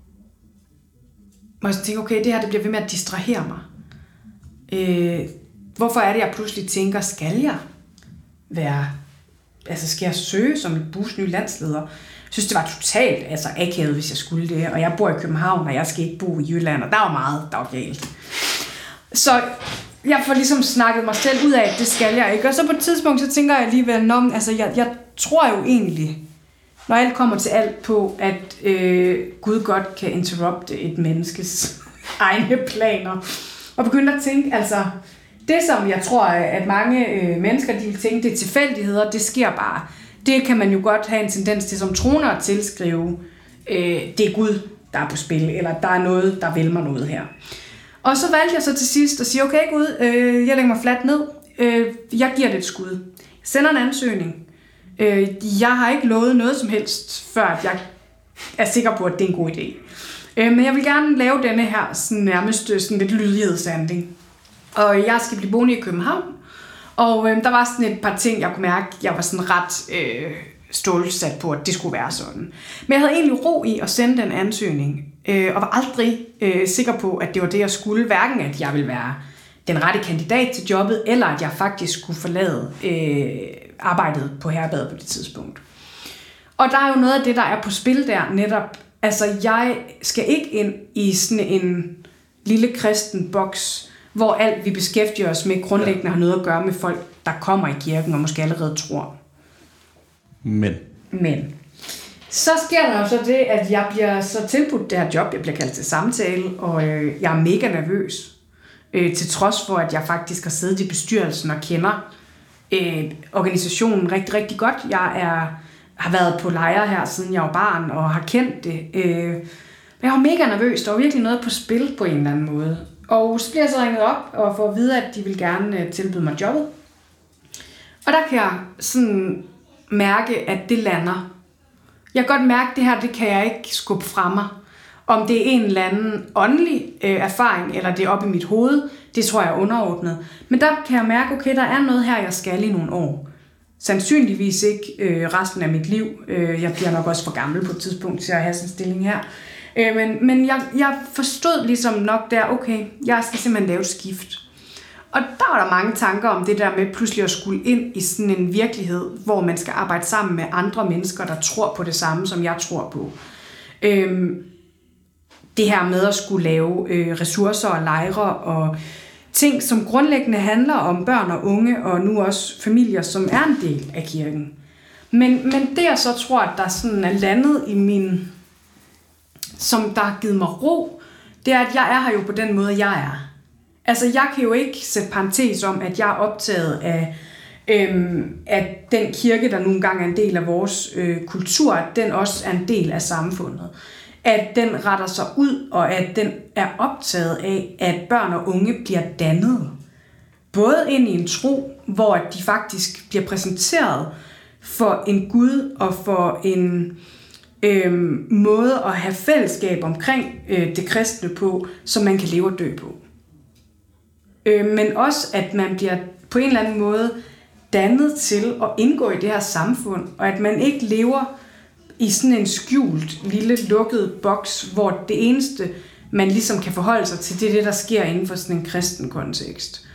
Og så tænkte okay, det her det bliver ved med at distrahere mig. Øh, Hvorfor er det, jeg pludselig tænker, skal jeg være, altså skal jeg søge som en Bues nye landsleder? Jeg synes, det var totalt altså, akavet, hvis jeg skulle det. Og jeg bor i København, og jeg skal ikke bo i Jylland, og der var meget, der var galt. Så jeg får ligesom snakket mig selv ud af, at det skal jeg ikke. Og så på et tidspunkt, så tænker jeg alligevel, nå, altså jeg, jeg tror jo egentlig, når alt kommer til alt på, at øh, Gud godt kan interrupte et menneskes egne planer. Og begynde at tænke, altså det, som jeg tror, at mange øh, mennesker, de vil tænke, det er tilfældigheder, det sker bare. Det kan man jo godt have en tendens til som troner at tilskrive, øh, det er Gud, der er på spil, eller der er noget, der vil mig noget her. Og så valgte jeg så til sidst at sige, okay Gud, øh, jeg lægger mig fladt ned, øh, jeg giver det et skud. Jeg sender en ansøgning. Øh, jeg har ikke lovet noget som helst, før at jeg er sikker på, at det er en god idé. Øh, men jeg vil gerne lave denne her sådan nærmest sådan lidt lydighedshandling. Og jeg skal blive boende i København, og øh, der var sådan et par ting, jeg kunne mærke, jeg var sådan ret øh, stålsat på, at det skulle være sådan. Men jeg havde egentlig ro i at sende den ansøgning, øh, og var aldrig øh, sikker på, at det var det, jeg skulle. Hverken at jeg ville være den rette kandidat til jobbet, eller at jeg faktisk skulle forlade øh, arbejdet på herberget på det tidspunkt. Og der er jo noget af det, der er på spil der netop. Altså, jeg skal ikke ind i sådan en lille kristen boks, hvor alt vi beskæftiger os med grundlæggende har noget at gøre med folk, der kommer i kirken og måske allerede tror. Men. Men. Så sker der jo så det, at jeg bliver så tilbudt det her job, jeg bliver kaldt til samtale, og øh, jeg er mega nervøs. Øh, til trods for, at jeg faktisk har siddet i bestyrelsen og kender øh, organisationen rigtig, rigtig godt. Jeg er, har været på lejre her, siden jeg var barn, og har kendt det. Øh, men jeg var mega nervøs. Der var virkelig noget på spil på en eller anden måde. Og så bliver jeg så ringet op og får at vide, at de vil gerne tilbyde mig jobbet. Og der kan jeg sådan mærke, at det lander. Jeg kan godt mærke, at det her, det kan jeg ikke skubbe fra mig. Om det er en eller anden åndelig øh, erfaring, eller det er oppe i mit hoved, det tror jeg er underordnet. Men der kan jeg mærke, okay, der er noget her, jeg skal i nogle år. Sandsynligvis ikke øh, resten af mit liv. Øh, jeg bliver nok også for gammel på et tidspunkt til at have sådan en stilling her. Øh, men men jeg, jeg forstod ligesom nok der, okay, jeg skal simpelthen lave et skift. Og der var der mange tanker om det der med pludselig at skulle ind i sådan en virkelighed, hvor man skal arbejde sammen med andre mennesker, der tror på det samme, som jeg tror på. Øh, det her med at skulle lave øh, ressourcer og lejre og ting, som grundlæggende handler om børn og unge, og nu også familier, som er en del af kirken. Men, men det jeg så tror, at der sådan er landet i min, som der har givet mig ro, det er, at jeg er her jo på den måde, jeg er. Altså, jeg kan jo ikke sætte parentes om, at jeg er optaget af Øhm, at den kirke, der nogle gange er en del af vores øh, kultur, at den også er en del af samfundet. At den retter sig ud, og at den er optaget af, at børn og unge bliver dannet. Både ind i en tro, hvor de faktisk bliver præsenteret for en Gud og for en øh, måde at have fællesskab omkring øh, det kristne på, som man kan leve og dø på. Øh, men også, at man bliver på en eller anden måde dannet til at indgå i det her samfund, og at man ikke lever i sådan en skjult, lille, lukket boks, hvor det eneste, man ligesom kan forholde sig til, det er det, der sker inden for sådan en kristen kontekst.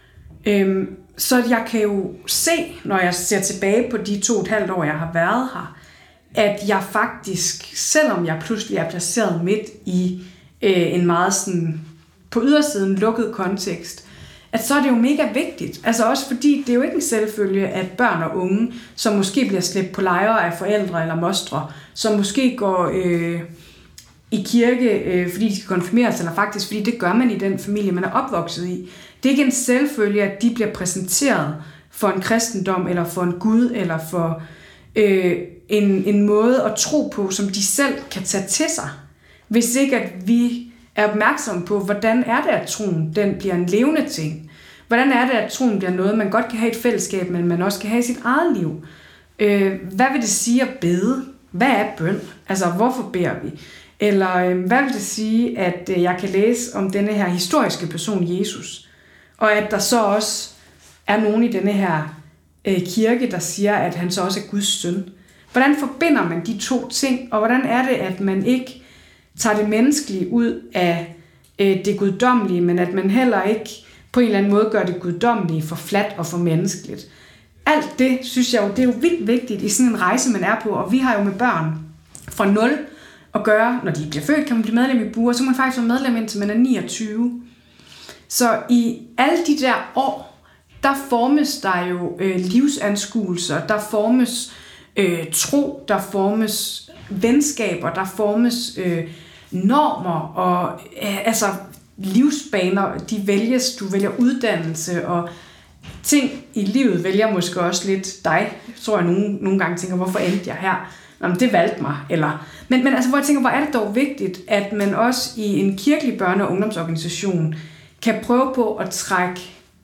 Øhm, så jeg kan jo se, når jeg ser tilbage på de to og et halvt år, jeg har været her, at jeg faktisk, selvom jeg pludselig er placeret midt i øh, en meget sådan, på ydersiden lukket kontekst, at så er det jo mega vigtigt. Altså også fordi, det er jo ikke en selvfølge, at børn og unge, som måske bliver slæbt på lejre af forældre eller mostre, som måske går øh, i kirke, øh, fordi de skal konfirmeres, eller faktisk fordi det gør man i den familie, man er opvokset i. Det er ikke en selvfølge, at de bliver præsenteret for en kristendom, eller for en Gud, eller for øh, en, en måde at tro på, som de selv kan tage til sig. Hvis ikke at vi er opmærksom på, hvordan er det, at troen den bliver en levende ting. Hvordan er det, at troen bliver noget, man godt kan have et fællesskab, men man også kan have i sit eget liv. Øh, hvad vil det sige at bede? Hvad er bøn? Altså, hvorfor beder vi? Eller øh, hvad vil det sige, at øh, jeg kan læse om denne her historiske person, Jesus, og at der så også er nogen i denne her øh, kirke, der siger, at han så også er Guds søn. Hvordan forbinder man de to ting, og hvordan er det, at man ikke tager det menneskelige ud af øh, det guddommelige, men at man heller ikke på en eller anden måde gør det guddommelige for fladt og for menneskeligt. Alt det, synes jeg jo, det er jo vildt vigtigt i sådan en rejse, man er på, og vi har jo med børn fra nul at gøre. Når de bliver født, kan man blive medlem i B U R, så kan man faktisk være medlem indtil man er niogtyve. Så i alle de der år, der formes der jo øh, livsanskuelser, der formes øh, tro, der formes venskaber, der formes øh, normer og øh, altså livsbaner, de vælges, du vælger uddannelse og ting i livet vælger måske også lidt dig. Så jeg nogle, nogle gange tænker, hvorfor endte jeg her? Nå, men det valgte mig. Eller, men, men altså, hvor jeg tænker, hvor er det dog vigtigt, at man også i en kirkelig børne- og ungdomsorganisation kan prøve på at trække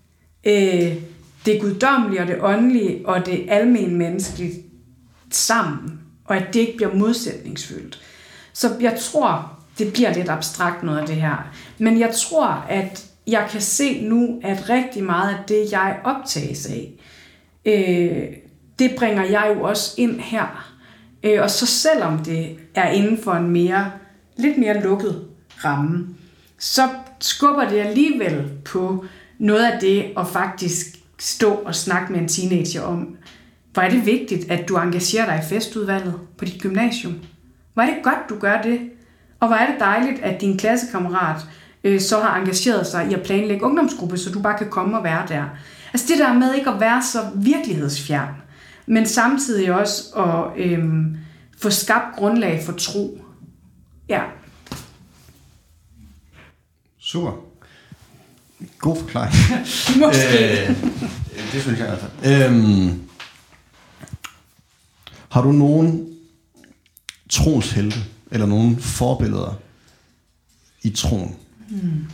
øh, det guddommelige og det åndelige og det almen menneskelige sammen, og at det ikke bliver modsætningsfyldt. Så jeg tror, det bliver lidt abstrakt noget af det her. Men jeg tror, at jeg kan se nu, at rigtig meget af det, jeg optages af, øh, det bringer jeg jo også ind her. Øh, og så selvom det er inden for en mere, lidt mere lukket ramme, så skubber det alligevel på noget af det at faktisk stå og snakke med en teenager om, hvor er det vigtigt, at du engagerer dig i festudvalget på dit gymnasium. Hvor er det godt, du gør det. Og hvor er det dejligt, at din klassekammerat øh, så har engageret sig i at planlægge ungdomsgruppe, så du bare kan komme og være der. Altså det der med ikke at være så virkelighedsfjern, men samtidig også at øh, få skabt grundlag for tro. Ja. Super. God forklaring. Måske. øh, det synes jeg i hvert fald. Øhm, har du nogen troshelte, eller nogen forbilleder i troen? Hmm.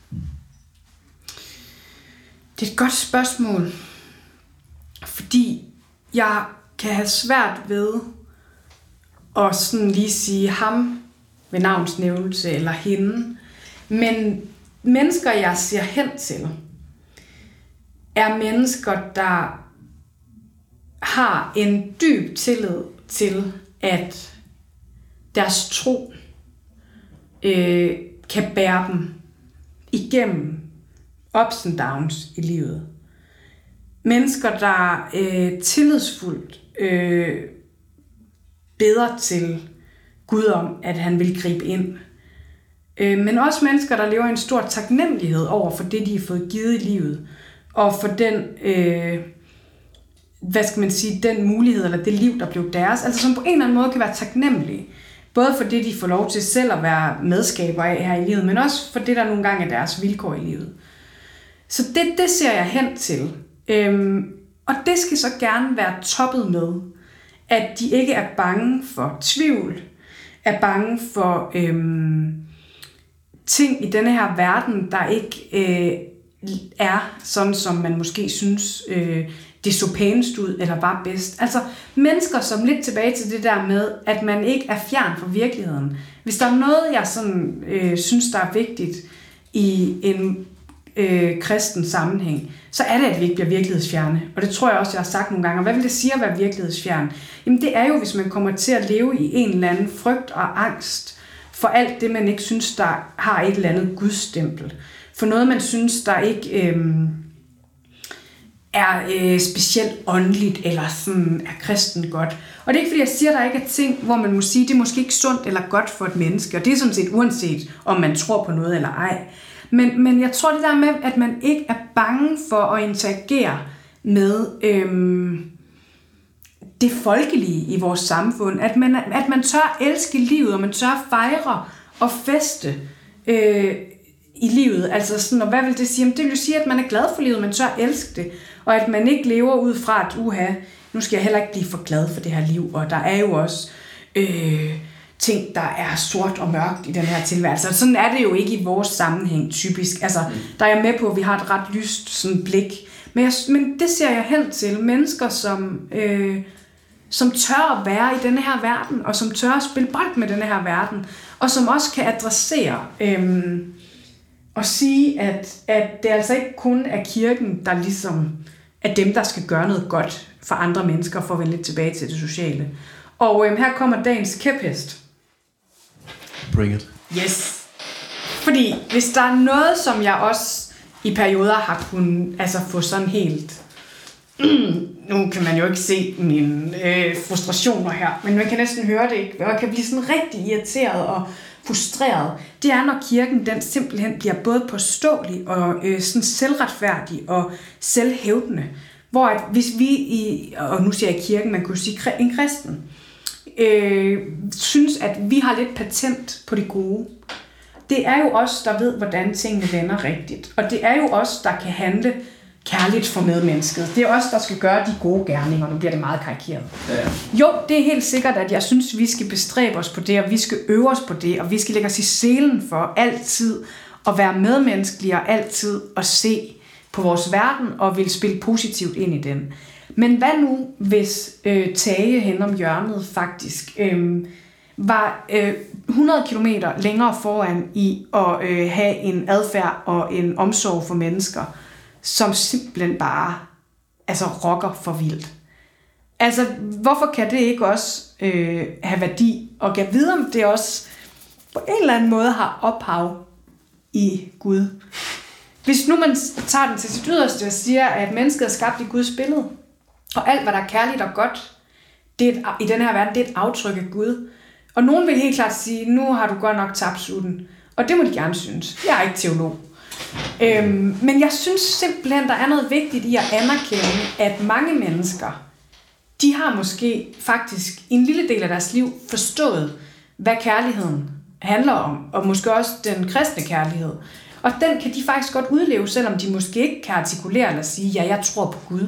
Det er et godt spørgsmål, fordi jeg kan have svært ved at sådan lige sige ham ved navnsnævnelse eller hende, men mennesker, jeg ser hen til, er mennesker, der har en dyb tillid til, at deres tro øh, kan bære dem igennem ups and downs i livet. Mennesker, der øh, tillidsfuldt øh, beder til Gud om, at han vil gribe ind. Øh, men også mennesker, der lever en stor taknemmelighed over for det, de har fået givet i livet. Og for den, øh, hvad skal man sige, den mulighed, eller det liv, der blev deres. Altså som på en eller anden måde kan være taknemmelige. Både for det, de får lov til selv at være medskaber af her i livet, men også for det, der nogle gange er deres vilkår i livet. Så det, det ser jeg hen til. Øhm, Og det skal så gerne være toppet med, at de ikke er bange for tvivl, er bange for øhm, ting i denne her verden, der ikke øh, er sådan, som man måske synes, øh, det så pænest ud, eller var bedst. Altså mennesker, som lidt tilbage til det der med, at man ikke er fjern fra virkeligheden. Hvis der er noget, jeg sådan, øh, synes, der er vigtigt i en øh, kristen sammenhæng, så er det, at vi ikke bliver virkelighedsfjerne. Og det tror jeg også, jeg har sagt nogle gange. Og hvad vil det sige at være virkelighedsfjern? Jamen det er jo, hvis man kommer til at leve i en eller anden frygt og angst for alt det, man ikke synes, der har et eller andet gudstempel. For noget, man synes, der ikke øh, er øh, specielt åndeligt eller sådan er kristen godt. Og det er ikke, fordi jeg siger, at der ikke er ting, hvor man må sige, det er måske ikke sundt eller godt for et menneske. Og det er sådan set uanset, om man tror på noget eller ej. Men, men jeg tror det der med, at man ikke er bange for at interagere med øhm, det folkelige i vores samfund. At man, at man tør elske livet, og man tør fejre og feste øh, i livet. Altså sådan, og hvad vil det sige? Jamen, det vil sige, at man er glad for livet, man tør elske det. Og at man ikke lever ud fra, at uha, nu skal jeg heller ikke blive for glad for det her liv. Og der er jo også Øh, ting, der er sort og mørkt i den her tilværelse. Sådan er det jo ikke i vores sammenhæng typisk. Altså, der er jeg med på, at vi har et ret lyst sådan blik. Men, jeg, men det ser jeg hen til. Mennesker, som, øh, som tør at være i denne her verden, og som tør at spille bold med denne her verden, og som også kan adressere øh, og sige, at, at det altså ikke kun er kirken, der ligesom er dem, der skal gøre noget godt for andre mennesker, for at vende lidt tilbage til det sociale. Og øh, her kommer dagens kæphest. Bring it. Yes. Fordi hvis der er noget, som jeg også i perioder har kunnet altså få sådan helt... nu kan man jo ikke se mine øh, frustrationer her, men man kan næsten høre det, ikke? Og jeg kan blive sådan rigtig irriteret og frustreret. Det er, når kirken den simpelthen bliver både påståelig og øh, sådan selvretfærdig og selvhævdende. Hvor at hvis vi i, og nu siger jeg kirken, man kunne sige en kristen, øh, synes, at vi har lidt patent på det gode. Det er jo os, der ved, hvordan tingene vender rigtigt. Og det er jo os, der kan handle kærligt for medmennesket. Det er os, der skal gøre de gode gerninger. Nu bliver det meget karikeret. Ja. Jo, det er helt sikkert, at jeg synes, vi skal bestræbe os på det, og vi skal øve os på det, og vi skal lægge os i selen for altid at være medmenneskelige og altid at se på vores verden og vil spille positivt ind i den. Men hvad nu, hvis øh, Tage hen om hjørnet faktisk øh, var øh, hundrede kilometer længere foran i at øh, have en adfærd og en omsorg for mennesker, som simpelthen bare altså rocker for vildt. Altså, hvorfor kan det ikke også øh, have værdi? Og kan vide, om det også på en eller anden måde har ophav i Gud. Hvis nu man tager den til sit yderste og siger, at mennesket er skabt i Guds billede, og alt, hvad der er kærligt og godt, det er et, i den her verden, det er et aftryk af Gud. Og nogen vil helt klart sige, nu har du godt nok tabt sutten. Og det må de gerne synes. Jeg er ikke teolog. Øhm, men jeg synes simpelthen, der er noget vigtigt i at anerkende, at mange mennesker, de har måske faktisk i en lille del af deres liv forstået, hvad kærligheden handler om, og måske også den kristne kærlighed. Og den kan de faktisk godt udleve, selvom de måske ikke kan artikulere eller sige, ja, jeg tror på Gud.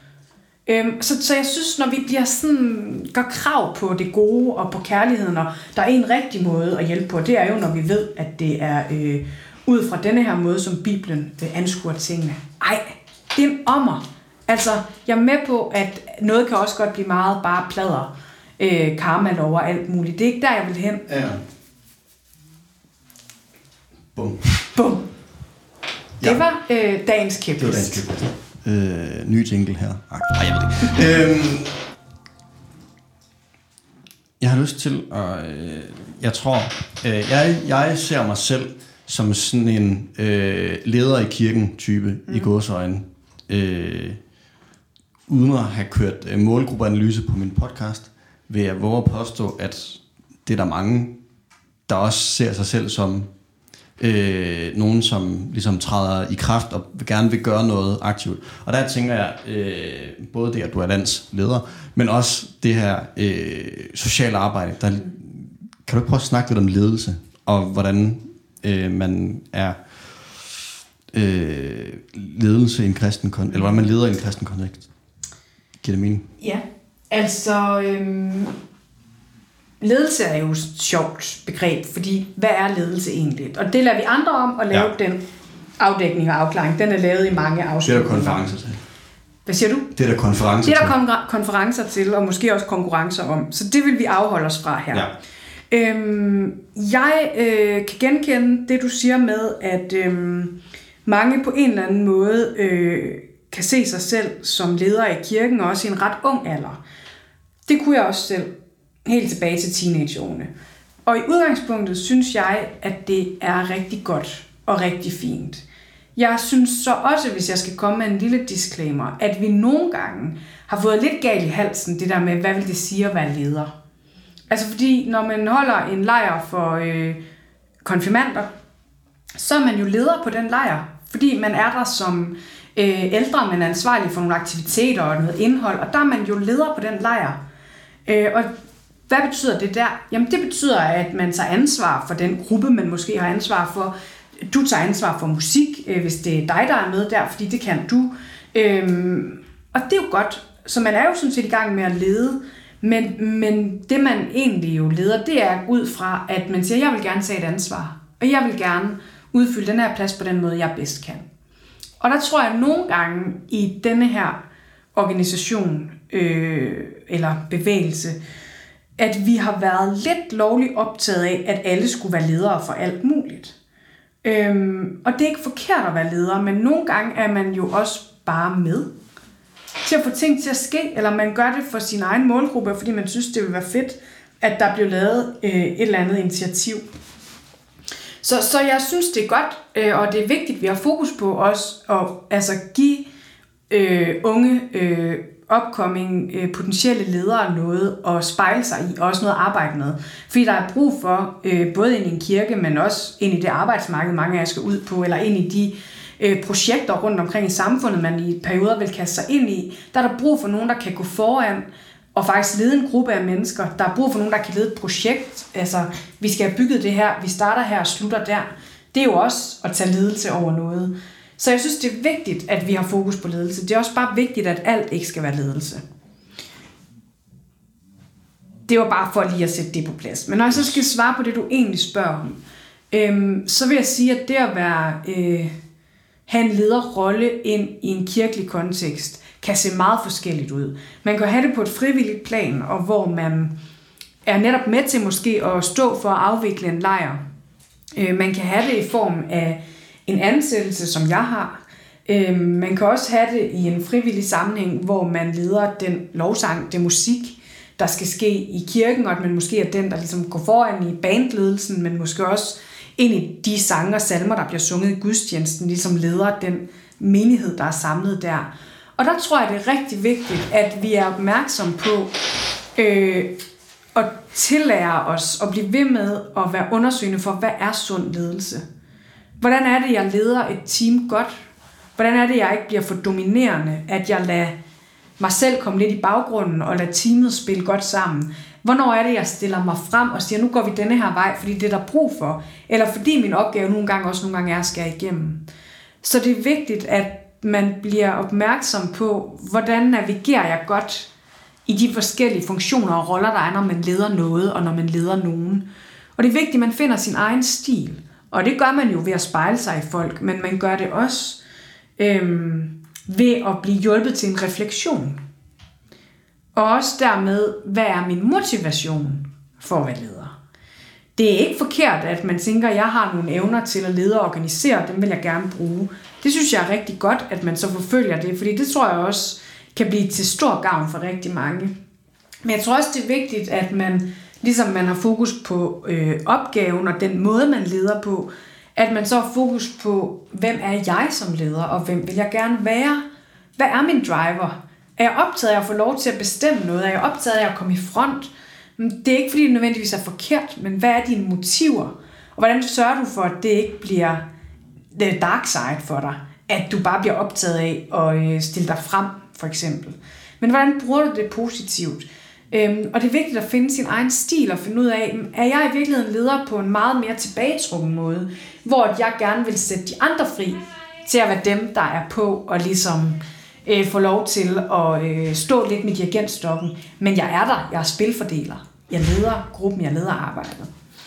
Øhm, så, så jeg synes, når vi bliver sådan, gør krav på det gode og på kærligheden, og der er en rigtig måde at hjælpe på, det er jo, når vi ved, at det er øh, ud fra denne her måde, som Bibelen øh, anskuer tingene. Ej, det er en ommer. Altså, jeg er med på, at noget kan også godt blive meget bare plader, øh, karma-lov og alt muligt. Det er ikke der, jeg vil hen. Ja. Bum. Bum. Ja. Det var øh, dagens kæphest. Det var dagens kæphest. Øh, ny jingle her. Nej, jeg ved det. øhm, jeg har lyst til at... Øh, jeg tror... Øh, jeg, jeg ser mig selv som sådan en øh, leder i kirken-type mm. i gåseøjne. Øh, uden at have kørt øh, målgruppeanalyse på min podcast, vil jeg våge at påstå, at det er der mange, der også ser sig selv som øh, nogen, som ligesom træder i kraft og gerne vil gøre noget aktivt. Og der tænker jeg, øh, både det, at du er landsleder, men også det her øh, sociale arbejde. Der, kan du ikke prøve at snakke lidt om ledelse, og hvordan øh, man er øh, ledelse i en kristen kontekst, eller hvordan man leder i en kristen kontekst? Giver det mening? Ja, altså øhm, ledelse er jo et sjovt begreb, fordi hvad er ledelse egentlig? Og det lader vi andre om at lave ja. den afdækning og afklaring. Den er lavet i mange afsnit. Det er der konferencer til. Hvad siger du? Det er der konferencer til. Det er der konferencer til, og måske også konkurrencer om. Så det vil vi afholde os fra her. Ja. Øhm, jeg øh, kan genkende det, du siger med, at øh, mange på en eller anden måde øh, kan se sig selv som leder i kirken, også i en ret ung alder. Det kunne jeg også selv, helt tilbage til teenageårene. Og i udgangspunktet synes jeg, at det er rigtig godt og rigtig fint. Jeg synes så også, hvis jeg skal komme med en lille disclaimer, at vi nogle gange har fået lidt galt i halsen, det der med, hvad vil det sige at være leder? Altså fordi, når man holder en lejr for øh, konfirmander, så er man jo leder på den lejr, fordi man er der som øh, ældre, man er ansvarlig for nogle aktiviteter og noget indhold, og der er man jo leder på den lejr. Øh, og hvad betyder det der? Jamen det betyder, at man tager ansvar for den gruppe, man måske har ansvar for. Du tager ansvar for musik, øh, hvis det er dig, der er med der, fordi det kan du. Øhm, og det er jo godt. Så man er jo sådan set i gang med at lede, men, men det man egentlig jo leder, det er ud fra, at man siger, jeg vil gerne tage et ansvar, og jeg vil gerne udfylde den her plads på den måde, jeg bedst kan. Og der tror jeg at nogle gange i denne her organisation øh, eller bevægelse, at vi har været lidt lovligt optaget af, at alle skulle være ledere for alt muligt. Øhm, og det er ikke forkert at være leder, men nogle gange er man jo også bare med til at få ting til at ske, eller man gør det for sin egen målgruppe, fordi man synes, det vil være fedt, at der bliver lavet øh, et eller andet initiativ. Så, så jeg synes, det er godt, øh, og det er vigtigt, at vi har fokus på også at altså, give øh, unge øh, upcoming øh, potentielle ledere noget at spejle sig i, og også noget at arbejde med. Fordi der er brug for, øh, både ind i en kirke, men også ind i det arbejdsmarked, mange af jer skal ud på, eller ind i de øh, projekter rundt omkring i samfundet, man i perioder vil kaste sig ind i. Der er der brug for nogen, der kan gå foran og faktisk lede en gruppe af mennesker. Der er brug for nogen, der kan lede et projekt. Altså, vi skal have bygget det her, vi starter her og slutter der. Det er jo også at tage ledelse over noget. Så jeg synes, det er vigtigt, at vi har fokus på ledelse. Det er også bare vigtigt, at alt ikke skal være ledelse. Det var bare for lige at sætte det på plads. Men når jeg så skal svare på det, du egentlig spørger om, øhm, så vil jeg sige, at det at være, øh, have en lederrolle ind i en kirkelig kontekst, kan se meget forskelligt ud. Man kan have det på et frivilligt plan, og hvor man er netop med til måske at stå for at afvikle en lejr. Øh, man kan have det i form af en ansættelse, som jeg har. Øh, man kan også have det i en frivillig sammenhæng, hvor man leder den lovsang, det musik, der skal ske i kirken, og at man måske er den, der ligesom går foran i bandledelsen, men måske også ind i de sange og salmer, der bliver sunget i gudstjenesten, ligesom leder den menighed, der er samlet der. Og der tror jeg, det er rigtig vigtigt, at vi er opmærksom på øh, at tillære os og blive ved med at være undersøgende for, hvad er sund ledelse? Hvordan er det, jeg leder et team godt? Hvordan er det, jeg ikke bliver for dominerende, at jeg lader mig selv komme lidt i baggrunden og lader teamet spille godt sammen? Hvornår er det, jeg stiller mig frem og siger, nu går vi denne her vej, fordi det er der brug for? Eller fordi min opgave nogle gange også nogle gange er at skære igennem. Så det er vigtigt, at man bliver opmærksom på, hvordan navigerer jeg godt i de forskellige funktioner og roller, der er, når man leder noget, og når man leder nogen. Og det er vigtigt, at man finder sin egen stil. Og det gør man jo ved at spejle sig i folk, men man gør det også øhm, ved at blive hjulpet til en refleksion. Og også dermed, hvad er min motivation for at være leder? Det er ikke forkert, at man tænker, at jeg har nogle evner til at lede og organisere, dem vil jeg gerne bruge. Det synes jeg er rigtig godt, at man så forfølger det, fordi det tror jeg også kan blive til stor gavn for rigtig mange. Men jeg tror også, det er vigtigt, at man, ligesom man har fokus på øh, opgaven og den måde, man leder på, at man så har fokus på, hvem er jeg som leder, og hvem vil jeg gerne være? Hvad er min driver? Er jeg optaget af at få lov til at bestemme noget? Er jeg optaget af at komme i front? Det er ikke, fordi det nødvendigvis er forkert, men hvad er dine motiver? Og hvordan sørger du for, at det ikke bliver the dark side for dig? At du bare bliver optaget af at stille dig frem, for eksempel. Men hvordan bruger du det positivt? Øhm, og det er vigtigt at finde sin egen stil og finde ud af, er jeg i virkeligheden leder på en meget mere tilbagetrukken måde, hvor jeg gerne vil sætte de andre fri til at være dem, der er på og ligesom øh, få lov til at øh, stå lidt med dirigentstokken, men jeg er der, jeg er spilfordeler. Jeg leder gruppen, jeg leder arbejdet.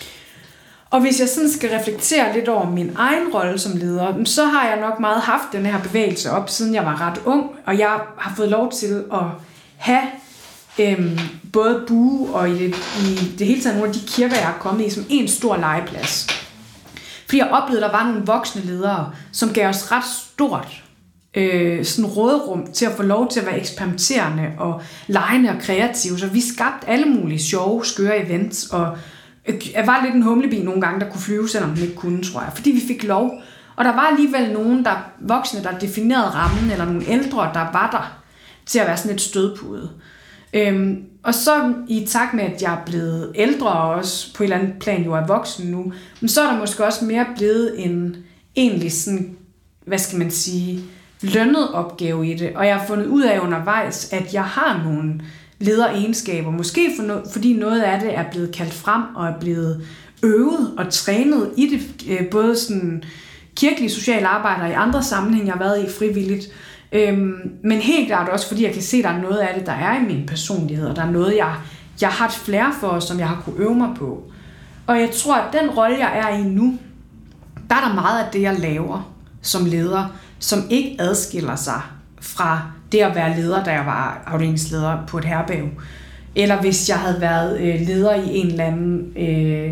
Og hvis jeg sådan skal reflektere lidt over min egen rolle som leder, så har jeg nok meget haft den her bevægelse op, siden jeg var ret ung, og jeg har fået lov til at have øhm, både Bue og i det, i det hele taget nogle af de kirker, jeg har kommet i, som en stor legeplads. Fordi jeg oplevede, at der var nogle voksne ledere, som gav os ret stort øh, sådan råderum til at få lov til at være eksperimenterende og legende og kreative. Så vi skabte alle mulige sjove, skøre events, og jeg var lidt en humlebi nogle gange, der kunne flyve, selvom den ikke kunne, tror jeg. Fordi vi fik lov. Og der var alligevel nogen, der voksne, der definerede rammen, eller nogle ældre, der var der til at være sådan et stødpude. Øhm, og så i takt med, at jeg er blevet ældre, og også på et eller andet plan jo er voksen nu, men så er der måske også mere blevet en egentlig sådan, hvad skal man sige, lønnet opgave i det. Og jeg har fundet ud af undervejs, at jeg har nogle lederegenskaber. Måske for no- fordi noget af det er blevet kaldt frem og er blevet øvet og trænet i det. Både sådan kirkelige sociale arbejder i andre sammenhæng, jeg har været i frivilligt. Øhm, men helt klart også, fordi jeg kan se, at der er noget af det, der er i min personlighed, og der er noget, jeg, jeg har et flair for, som jeg har kunne øve mig på. Og jeg tror, at den rolle, jeg er i nu, der er der meget af det, jeg laver som leder, som ikke adskiller sig fra det at være leder, da jeg var afdelingsleder på et herberg. Eller hvis jeg havde været øh, leder i en eller anden øh,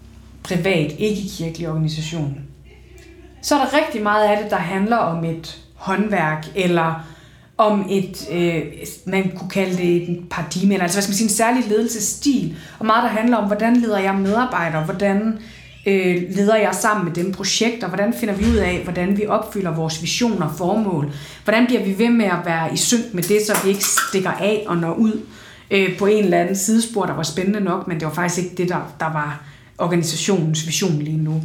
privat, ikke-kirkelig organisation. Så er der rigtig meget af det, der handler om et håndværk, eller om et, øh, man kunne kalde det et paradigme, eller altså hvad skal man sige, en særlig ledelsesstil, og meget der handler om, hvordan leder jeg medarbejdere, hvordan øh, leder jeg sammen med dem projekter, hvordan finder vi ud af, hvordan vi opfylder vores visioner og formål, hvordan bliver vi ved med at være i synk med det, så vi ikke stikker af og når ud øh, på en eller anden sidespor, der var spændende nok, men det var faktisk ikke det, der, der var organisationens vision lige nu.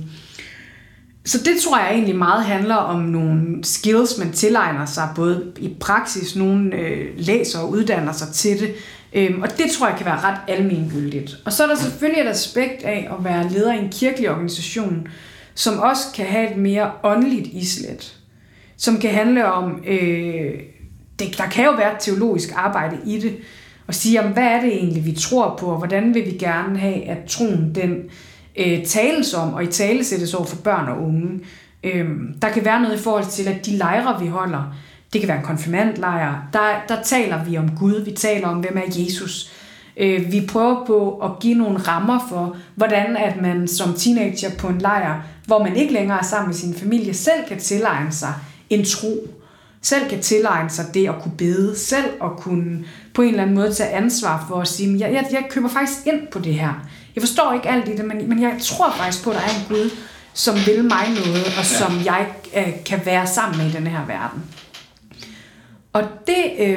Så det tror jeg egentlig meget handler om nogle skills, man tilegner sig, både i praksis, nogle øh, læser og uddanner sig til det, øhm, og det tror jeg kan være ret almengyldigt. Og så er der selvfølgelig et aspekt af at være leder i en kirkelig organisation, som også kan have et mere åndeligt islet, som kan handle om, øh, det, der kan jo være et teologisk arbejde i det, og sige, jamen, hvad er det egentlig, vi tror på, og hvordan vil vi gerne have, at troen den Øh, tales om og i tale sættes over for børn og unge. Øh, der kan være noget i forhold til, at de lejre, vi holder, det kan være en konfirmandlejr, der, der taler vi om Gud, vi taler om, hvem er Jesus. Øh, vi prøver på at give nogle rammer for, hvordan at man som teenager på en lejr, hvor man ikke længere er sammen med sin familie, selv kan tilegne sig en tro, selv kan tilegne sig det at kunne bede, selv at kunne på en eller anden måde tage ansvar for at sige, jeg, jeg, jeg køber faktisk ind på det her. Jeg forstår ikke alt i det, men, men jeg tror faktisk på, at der er en Gud, som vil mig noget, og som jeg øh, kan være sammen med i denne her verden. Og det, øh,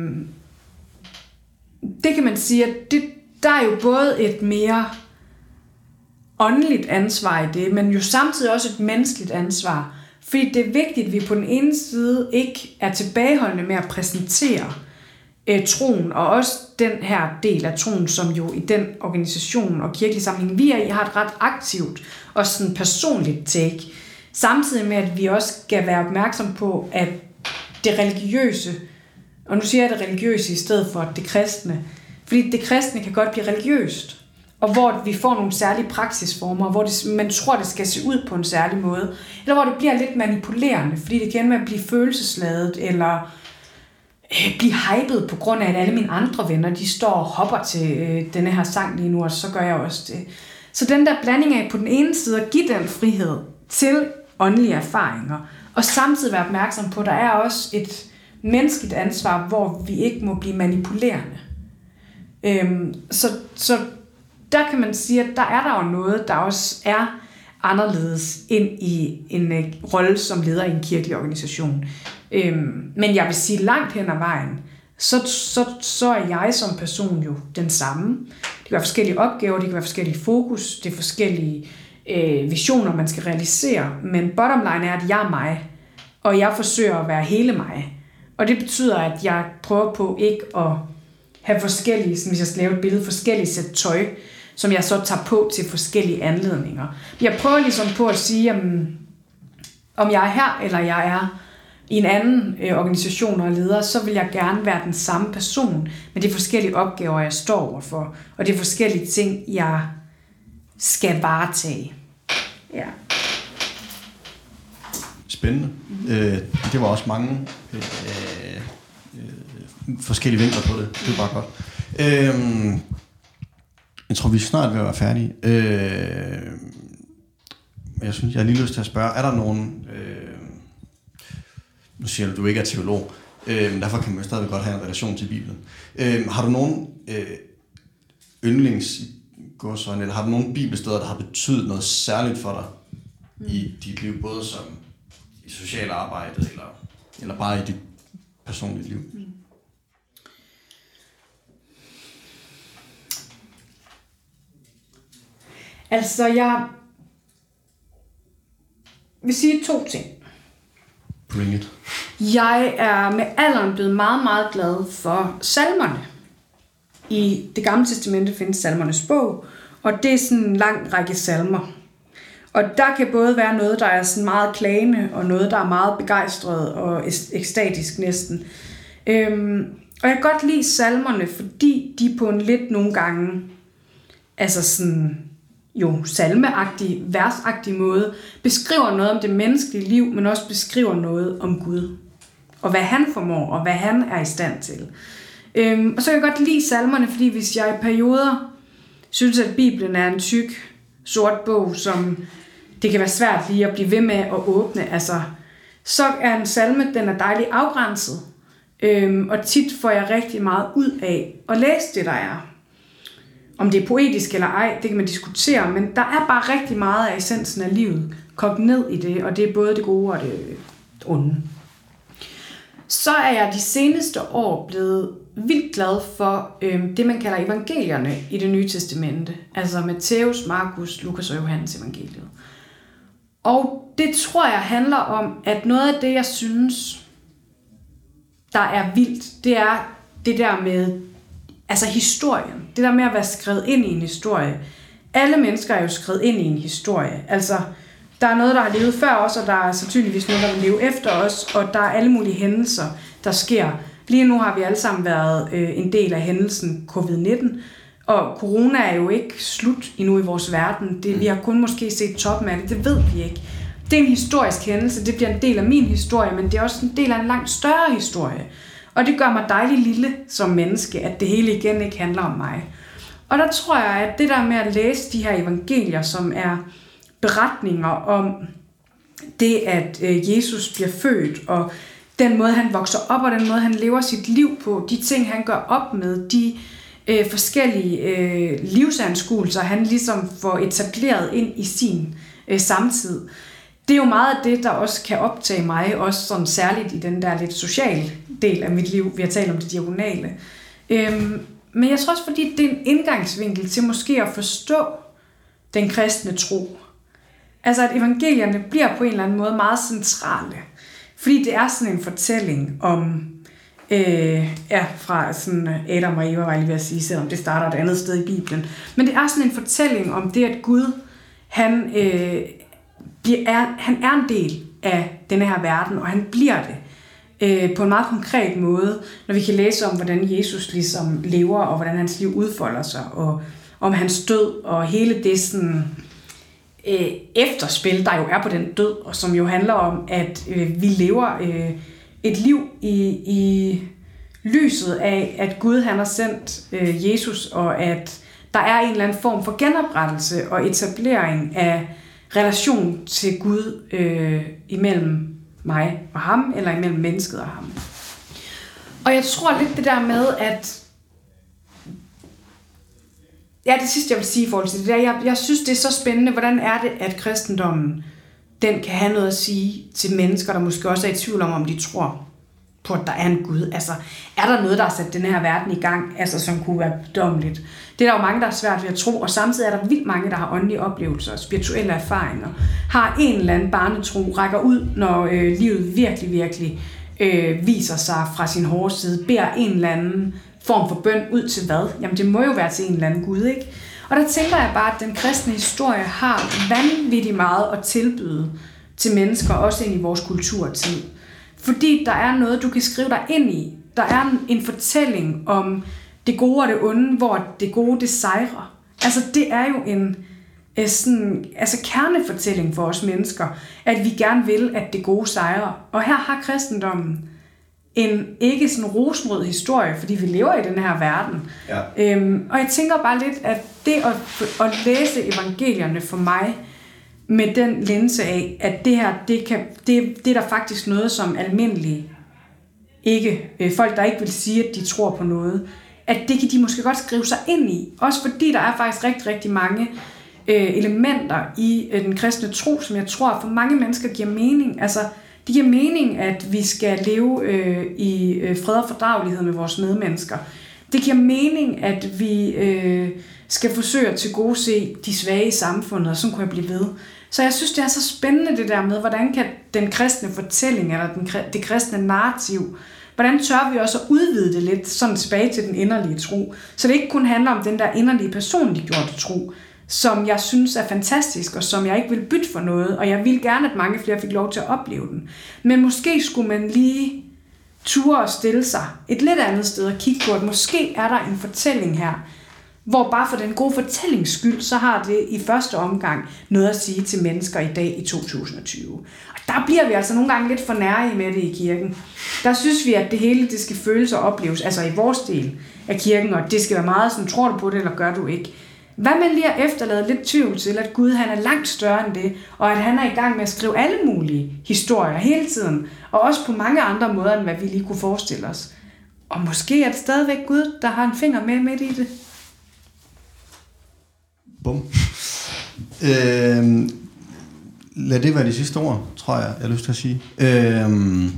det kan man sige, at det, der er jo både et mere åndeligt ansvar i det, men jo samtidig også et menneskeligt ansvar. Fordi det er vigtigt, at vi på den ene side ikke er tilbageholdende med at præsentere øh, troen, og også den her del af troen, som jo i den organisation og kirkelig sammenhæng, vi er i, har et ret aktivt og sådan personligt take. Samtidig med, at vi også skal være opmærksom på, at det religiøse, og nu siger jeg det religiøse i stedet for det kristne, fordi det kristne kan godt blive religiøst, og hvor vi får nogle særlige praksisformer, hvor det, man tror, det skal se ud på en særlig måde, eller hvor det bliver lidt manipulerende, fordi det kan med at blive følelsesladet, eller øh, blive hypet på grund af, at alle mine andre venner, de står og hopper til øh, denne her sang lige nu, og så gør jeg også det. Så den der blanding af på den ene side at give den frihed til åndelige erfaringer, og samtidig være opmærksom på, at der er også et menneskeligt ansvar, hvor vi ikke må blive manipulerende. Øhm, så, så der kan man sige, at der er der jo noget, der også er anderledes ind i en uh, rolle som leder i en kirkelig organisation. Øhm, men jeg vil sige, langt hen ad vejen, så, så, så er jeg som person jo den samme. Det kan være forskellige opgaver, det kan være forskellige fokus, det er forskellige øh, visioner, man skal realisere. Men bottom line er, at jeg er mig, og jeg forsøger at være hele mig. Og det betyder, at jeg prøver på ikke at have forskellige, hvis jeg skal lave et billede, forskellige sæt tøj, som jeg så tager på til forskellige anledninger. Jeg prøver ligesom på at sige, om, om jeg er her, eller jeg er i en anden øh, organisation og leder, så vil jeg gerne være den samme person med de forskellige opgaver, jeg står overfor, og de forskellige ting, jeg skal varetage. Ja. Spændende. Mm-hmm. Øh, det var også mange øh, øh, forskellige vinkler på det. Det var bare godt. Øh, jeg tror, vi er snart ved at være færdige. Øh, jeg synes, jeg har lige lyst til at spørge, er der nogen... Øh, nu siger du, du ikke er teolog, øh, men derfor kan man jo stadig godt have en relation til Bibelen. Øh, har du nogen øh, yndlings eller har du nogle bibelsteder, der har betydet noget særligt for dig mm. i dit liv, både som i socialt arbejde, eller, eller bare i dit personlige liv? Mm. Altså, jeg vil sige to ting. Bring it. Jeg er med alderen blevet meget, meget glad for salmerne. I Det Gamle Testamente findes salmernes bog, og det er sådan en lang række salmer. Og der kan både være noget, der er sådan meget klagende, og noget, der er meget begejstret og ekstatisk næsten. Øhm, og jeg kan godt lide salmerne, fordi de på en lidt nogle gange, altså sådan jo salmeagtig, versagtig måde, beskriver noget om det menneskelige liv, men også beskriver noget om Gud. Og hvad han formår, og hvad han er i stand til. Øhm, og så kan jeg godt lide salmerne, fordi hvis jeg i perioder synes, at Bibelen er en tyk, sort bog, som det kan være svært lige at blive ved med at åbne, altså, så er en salme, den er dejligt afgrænset. Øhm, og tit får jeg rigtig meget ud af at læse det, der er. Om det er poetisk eller ej, det kan man diskutere, men der er bare rigtig meget af essensen af livet kogt ned i det, og det er både det gode og det onde. Så er jeg de seneste år blevet vildt glad for øhm, det, man kalder evangelierne i Det Nye Testamente. Altså Matthæus, Markus, Lukas og Johannes evangeliet. Og det tror jeg handler om, at noget af det, jeg synes, der er vildt, det er det der med altså historien. Det der med at være skrevet ind i en historie. Alle mennesker er jo skrevet ind i en historie. Altså, der er noget, der har levet før os, og der er sandsynligvis noget, der vil leve efter os, og der er alle mulige hændelser, der sker. Lige nu har vi alle sammen været øh, en del af hændelsen covid nitten, og corona er jo ikke slut endnu i vores verden. Det, vi har kun måske set toppen af det, det ved vi ikke. Det er en historisk hændelse, det bliver en del af min historie, men det er også en del af en langt større historie. Og det gør mig dejligt lille som menneske, at det hele igen ikke handler om mig. Og der tror jeg, at det der med at læse de her evangelier, som er beretninger om det, at Jesus bliver født, og den måde, han vokser op, og den måde, han lever sit liv på, de ting, han gør op med, de øh, forskellige øh, livsanskuelser, han ligesom får etableret ind i sin øh, samtid. Det er jo meget af det, der også kan optage mig, også sådan særligt i den der lidt sociale del af mit liv. Vi har talt om det diagonale. Øhm, men jeg tror også, fordi det er en indgangsvinkel til måske at forstå den kristne tro. Altså at evangelierne bliver på en eller anden måde meget centrale. Fordi det er sådan en fortælling om, øh, ja, fra sådan Adam og Eva, var jeg lige ved at sige, selvom det starter et andet sted i Bibelen. Men det er sådan en fortælling om det, at Gud, han, øh, er, han er en del af denne her verden, og han bliver det øh, på en meget konkret måde, når vi kan læse om, hvordan Jesus ligesom lever, og hvordan hans liv udfolder sig, og om hans død, og hele det sådan øh, efterspil, der jo er på den død, og som jo handler om, at øh, vi lever øh, et liv i, i lyset af, at Gud han har sendt øh, Jesus, og at der er en eller anden form for genoprettelse og etablering af relation til Gud øh, imellem mig og ham, eller imellem mennesket og ham. Og jeg tror lidt det der med, at ja, det sidste jeg vil sige i forhold til det der, jeg, jeg synes det er så spændende, hvordan er det, at kristendommen, den kan have noget at sige til mennesker, der måske også er i tvivl om, om de tror på, at der er en Gud. Altså, er der noget, der har sat den her verden i gang, altså, som kunne være dommeligt? Det er der jo mange, der er svært ved at tro, og samtidig er der vildt mange, der har åndelige oplevelser, spirituelle erfaringer, har en eller anden barnetro, rækker ud, når øh, livet virkelig, virkelig øh, viser sig fra sin hårde side, beder en eller anden form for bøn ud til hvad? Jamen, det må jo være til en eller anden Gud, ikke? Og der tænker jeg bare, at den kristne historie har vanvittigt meget at tilbyde til mennesker, også ind i vores kulturtid. Fordi der er noget, du kan skrive dig ind i. Der er en, en fortælling om det gode og det onde, hvor det gode, det sejrer. Altså, det er jo en sådan, altså kernefortælling for os mennesker, at vi gerne vil, at det gode sejrer. Og her har kristendommen en ikke sådan rosenrød historie, fordi vi lever i den her verden. Ja. Øhm, og jeg tænker bare lidt, at det at, at læse evangelierne for mig, med den linse af, at det her, det, kan, det, det er der faktisk noget, som almindelige ikke, øh, folk, der ikke vil sige, at de tror på noget, at det kan de måske godt skrive sig ind i. Også fordi der er faktisk rigtig, rigtig mange øh, elementer i øh, den kristne tro, som jeg tror for mange mennesker giver mening. Altså, det giver mening, at vi skal leve øh, i øh, fred og fordragelighed med vores medmennesker. Det giver mening, at vi øh, skal forsøge at tilgodese de svage i samfundet, og sådan kunne jeg blive ved. Så jeg synes, det er så spændende det der med, hvordan kan den kristne fortælling, eller den, det kristne narrativ, hvordan tør vi også at udvide det lidt, sådan tilbage til den inderlige tro. Så det ikke kun handler om den der inderlige personliggjorte tro, som jeg synes er fantastisk, og som jeg ikke vil bytte for noget, og jeg vil gerne, at mange flere fik lov til at opleve den. Men måske skulle man lige ture og stille sig et lidt andet sted og kigge på, at måske er der en fortælling her, hvor bare for den gode fortællings skyld, så har det i første omgang noget at sige til mennesker i dag i to tusind og tyve. Og der bliver vi altså nogle gange lidt for nærige med det i kirken. Der synes vi, at det hele det skal føles og opleves, altså i vores del af kirken, og det skal være meget sådan, tror du på det, eller gør du ikke? Hvad med lige at efterlade lidt tvivl til, at Gud han er langt større end det, og at han er i gang med at skrive alle mulige historier hele tiden, og også på mange andre måder, end hvad vi lige kunne forestille os. Og måske er det stadigvæk Gud, der har en finger med midt i det. Bum. øh, lad det være de sidste ord, tror jeg, jeg har lyst til at sige. Øh,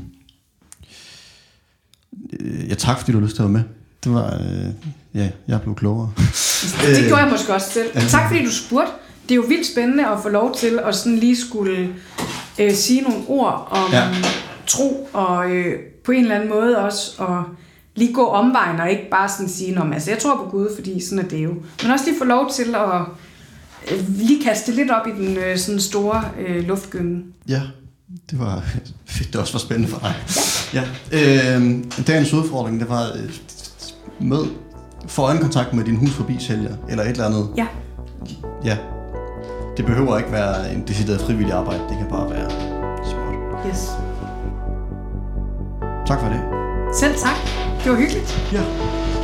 ja, tak fordi du har lyst til at være med. Det var, øh, ja, jeg blev klogere. Det gjorde jeg måske også selv. Tak fordi du spurgte. Det er jo vildt spændende at få lov til at sådan lige skulle øh, sige nogle ord om ja. tro, og øh, på en eller anden måde også at lige gå omvejen, og ikke bare sådan sige, at altså, jeg tror på Gud, fordi sådan er det jo. Men også lige få lov til at øh, lige kaste lidt op i den øh, sådan store øh, luftgynge. Ja, det var fedt, det også var spændende for dig. Ja. Ja. Øh, dagens udfordring, det var øh, mød, få øjenkontakt med din hus forbi sælger, eller et eller andet. Ja. Ja. Det behøver ikke være en decideret frivillig arbejde, det kan bare være småt. Yes. Tak for det. Selv tak. Det var hyggeligt. Ja.